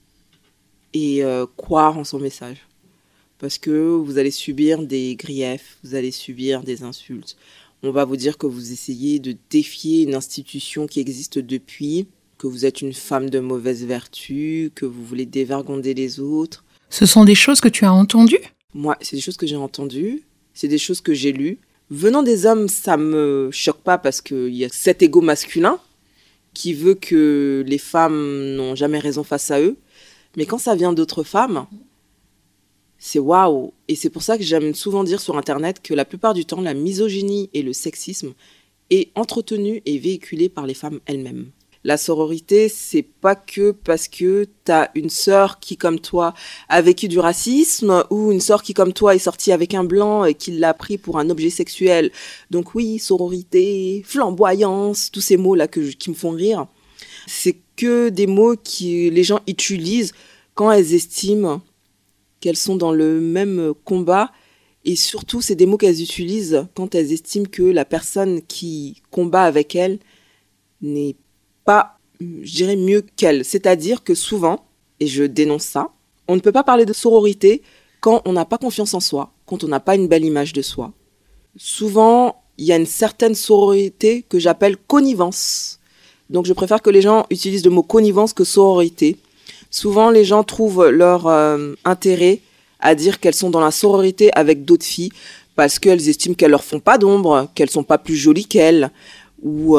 et croire en son message. Parce que vous allez subir des griefs, vous allez subir des insultes. On va vous dire que vous essayez de défier une institution qui existe depuis, que vous êtes une femme de mauvaise vertu, que vous voulez dévergonder les autres. Ce sont des choses que tu as entendues? Moi, c'est des choses que j'ai entendues, c'est des choses que j'ai lues. Venant des hommes, ça me choque pas parce qu'il y a cet ego masculin qui veut que les femmes n'ont jamais raison face à eux. Mais quand ça vient d'autres femmes, c'est waouh. Et c'est pour ça que j'aime souvent dire sur Internet que la plupart du temps, la misogynie et le sexisme est entretenu et véhiculé par les femmes elles-mêmes. La sororité, c'est pas que parce que t'as une sœur qui, comme toi, a vécu du racisme ou une sœur qui, comme toi, est sortie avec un blanc et qui l'a pris pour un objet sexuel. Donc oui, sororité, flamboyance, tous ces mots-là qui me font rire. C'est que des mots que les gens utilisent quand elles estiment qu'elles sont dans le même combat. Et surtout, c'est des mots qu'elles utilisent quand elles estiment que la personne qui combat avec elles n'est pas, je dirais, mieux qu'elle. C'est-à-dire que souvent, et je dénonce ça, on ne peut pas parler de sororité quand on n'a pas confiance en soi, quand on n'a pas une belle image de soi. Souvent, il y a une certaine sororité que j'appelle connivence. Donc, je préfère que les gens utilisent le mot connivence que sororité. Souvent, les gens trouvent leur intérêt à dire qu'elles sont dans la sororité avec d'autres filles parce qu'elles estiment qu'elles leur font pas d'ombre, qu'elles sont pas plus jolies qu'elles, ou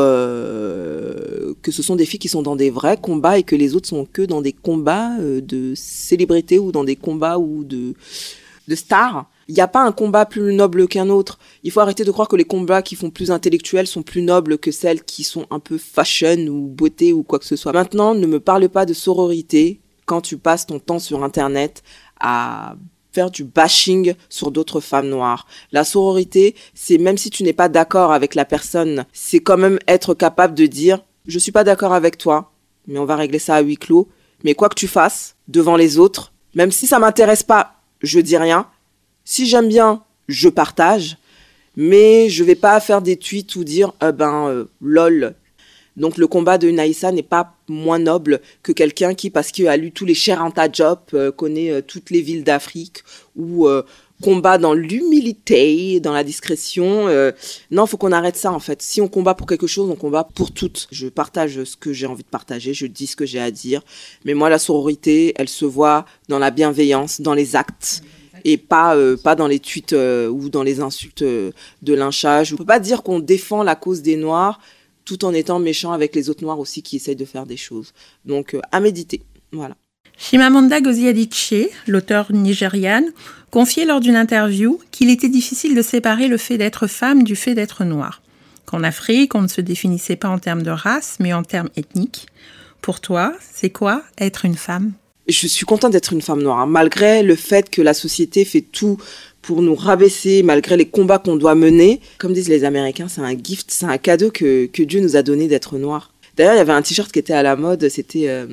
que ce sont des filles qui sont dans des vrais combats et que les autres sont que dans des combats de célébrités ou dans des combats ou de stars. Il n'y a pas un combat plus noble qu'un autre. Il faut arrêter de croire que les combats qui font plus intellectuels sont plus nobles que celles qui sont un peu fashion ou beauté ou quoi que ce soit. Maintenant, ne me parle pas de sororité quand tu passes ton temps sur Internet à faire du bashing sur d'autres femmes noires. La sororité, c'est même si tu n'es pas d'accord avec la personne, c'est quand même être capable de dire « Je suis pas d'accord avec toi, mais on va régler ça à huis clos. Mais quoi que tu fasses, devant les autres, même si ça m'intéresse pas, je dis rien. Si j'aime bien, je partage. Mais je vais pas faire des tweets ou dire lol. Donc le combat de Naïssa n'est pas moins noble que quelqu'un qui, parce qu'il a lu tous les Sheranta Diop, connaît toutes les villes d'Afrique, ou combat dans l'humilité, dans la discrétion. Non, faut qu'on arrête ça en fait. Si on combat pour quelque chose, on combat pour toutes. Je partage ce que j'ai envie de partager, je dis ce que j'ai à dire. Mais moi, la sororité, elle se voit dans la bienveillance, dans les actes. Et pas dans les tweets ou dans les insultes de lynchage. On peut pas dire qu'on défend la cause des Noirs tout en étant méchant avec les autres Noirs aussi qui essayent de faire des choses. Donc, à méditer. Voilà. Chimamanda Ngozi Adichie, l'auteure nigériane, confiait lors d'une interview qu'il était difficile de séparer le fait d'être femme du fait d'être noire. Qu'en Afrique, on ne se définissait pas en termes de race, mais en termes ethniques. Pour toi, c'est quoi être une femme ? Je suis contente d'être une femme noire, hein, malgré le fait que la société fait tout pour nous rabaisser, malgré les combats qu'on doit mener. Comme disent les Américains, c'est un gift, c'est un cadeau que Dieu nous a donné d'être noir. D'ailleurs, il y avait un t-shirt qui était à la mode, c'était, à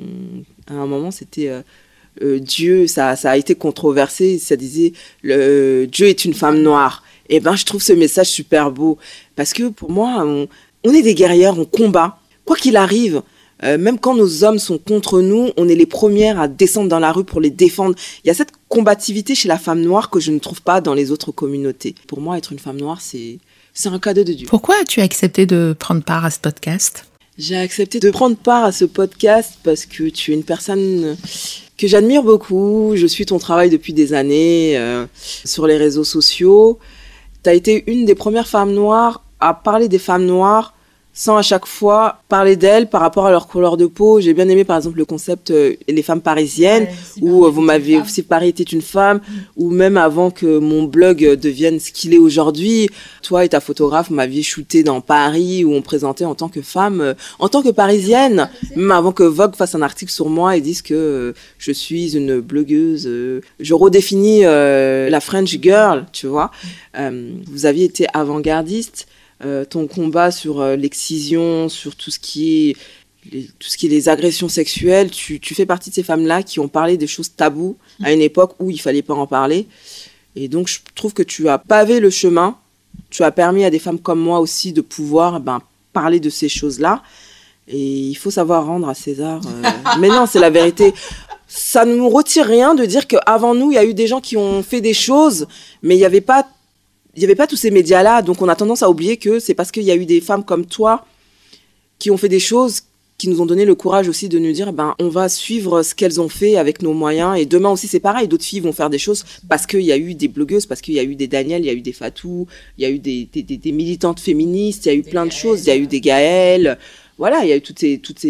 un moment, c'était Dieu, ça a été controversé, ça disait Dieu est une femme noire. Et ben, je trouve ce message super beau, parce que pour moi, on est des guerrières, on combat, quoi qu'il arrive. Même quand nos hommes sont contre nous, on est les premières à descendre dans la rue pour les défendre. Il y a cette combativité chez la femme noire que je ne trouve pas dans les autres communautés. Pour moi, être une femme noire, c'est un cadeau de Dieu. Pourquoi as-tu accepté de prendre part à ce podcast ? J'ai accepté de prendre part à ce podcast parce que tu es une personne que j'admire beaucoup. Je suis ton travail depuis des années sur les réseaux sociaux. Tu as été une des premières femmes noires à parler des femmes noires sans à chaque fois parler d'elles par rapport à leur couleur de peau. J'ai bien aimé par exemple le concept les femmes parisiennes, où vous m'avez aussi Paris était une femme, ou même avant que mon blog devienne ce qu'il est aujourd'hui, toi et ta photographe m'aviez shooté dans Paris, où on présentait en tant que femme, en tant que parisienne, même avant que Vogue fasse un article sur moi et dise que je suis une blogueuse. Je redéfinis la French girl, tu vois. Vous aviez été avant-gardiste. Ton combat sur l'excision, sur tout ce qui est les agressions sexuelles, tu fais partie de ces femmes-là qui ont parlé des choses taboues à une époque où il fallait pas en parler. Et donc, je trouve que tu as pavé le chemin. Tu as permis à des femmes comme moi aussi de pouvoir parler de ces choses-là. Et il faut savoir rendre à César. Mais non, c'est la vérité. Ça ne nous retire rien de dire qu'avant nous, il y a eu des gens qui ont fait des choses, mais il n'y avait pas tous ces médias-là, donc on a tendance à oublier que c'est parce qu'il y a eu des femmes comme toi qui ont fait des choses qui nous ont donné le courage aussi de nous dire on va suivre ce qu'elles ont fait avec nos moyens, et demain aussi c'est pareil, d'autres filles vont faire des choses parce qu'il y a eu des blogueuses, parce qu'il y a eu des Daniel, il y a eu des Fatou, il y a eu des militantes féministes, il y a eu plein de choses, il y a eu des Gaël, voilà, il y a eu toutes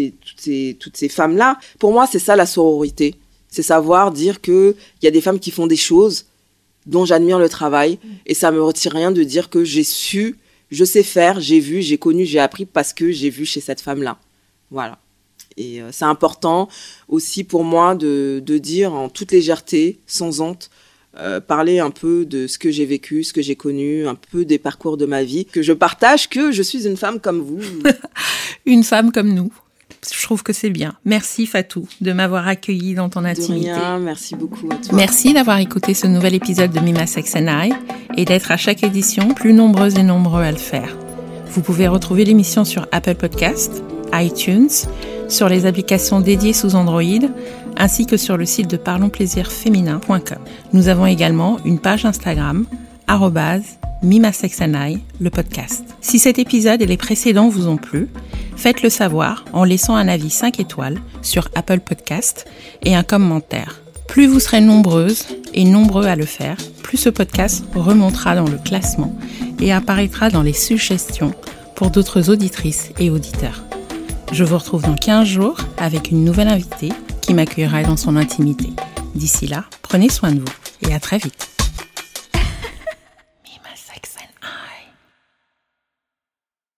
ces femmes-là. Pour moi, c'est ça la sororité, c'est savoir dire qu'il y a des femmes qui font des choses dont j'admire le travail, et ça me retire rien de dire que je sais faire, j'ai vu, j'ai connu, j'ai appris parce que j'ai vu chez cette femme-là. Voilà. Et c'est important aussi pour moi de dire en toute légèreté, sans honte, parler un peu de ce que j'ai vécu, ce que j'ai connu, un peu des parcours de ma vie, que je partage, que je suis une femme comme vous. Une femme comme nous. Je trouve que c'est bien. Merci Fatou de m'avoir accueillie dans ton intimité. De rien, merci beaucoup à toi. Merci d'avoir écouté ce nouvel épisode de Mima Sex and I et d'être à chaque édition plus nombreuses et nombreux à le faire. Vous pouvez retrouver l'émission sur Apple Podcasts, iTunes, sur les applications dédiées sous Android, ainsi que sur le site de parlonsplaisirféminin.com. Nous avons également une page Instagram, @Mima Sex and I, le podcast. Si cet épisode et les précédents vous ont plu, faites-le savoir en laissant un avis 5 étoiles sur Apple Podcast et un commentaire. Plus vous serez nombreuses et nombreux à le faire, plus ce podcast remontera dans le classement et apparaîtra dans les suggestions pour d'autres auditrices et auditeurs. Je vous retrouve dans 15 jours avec une nouvelle invitée qui m'accueillera dans son intimité. D'ici là, prenez soin de vous et à très vite.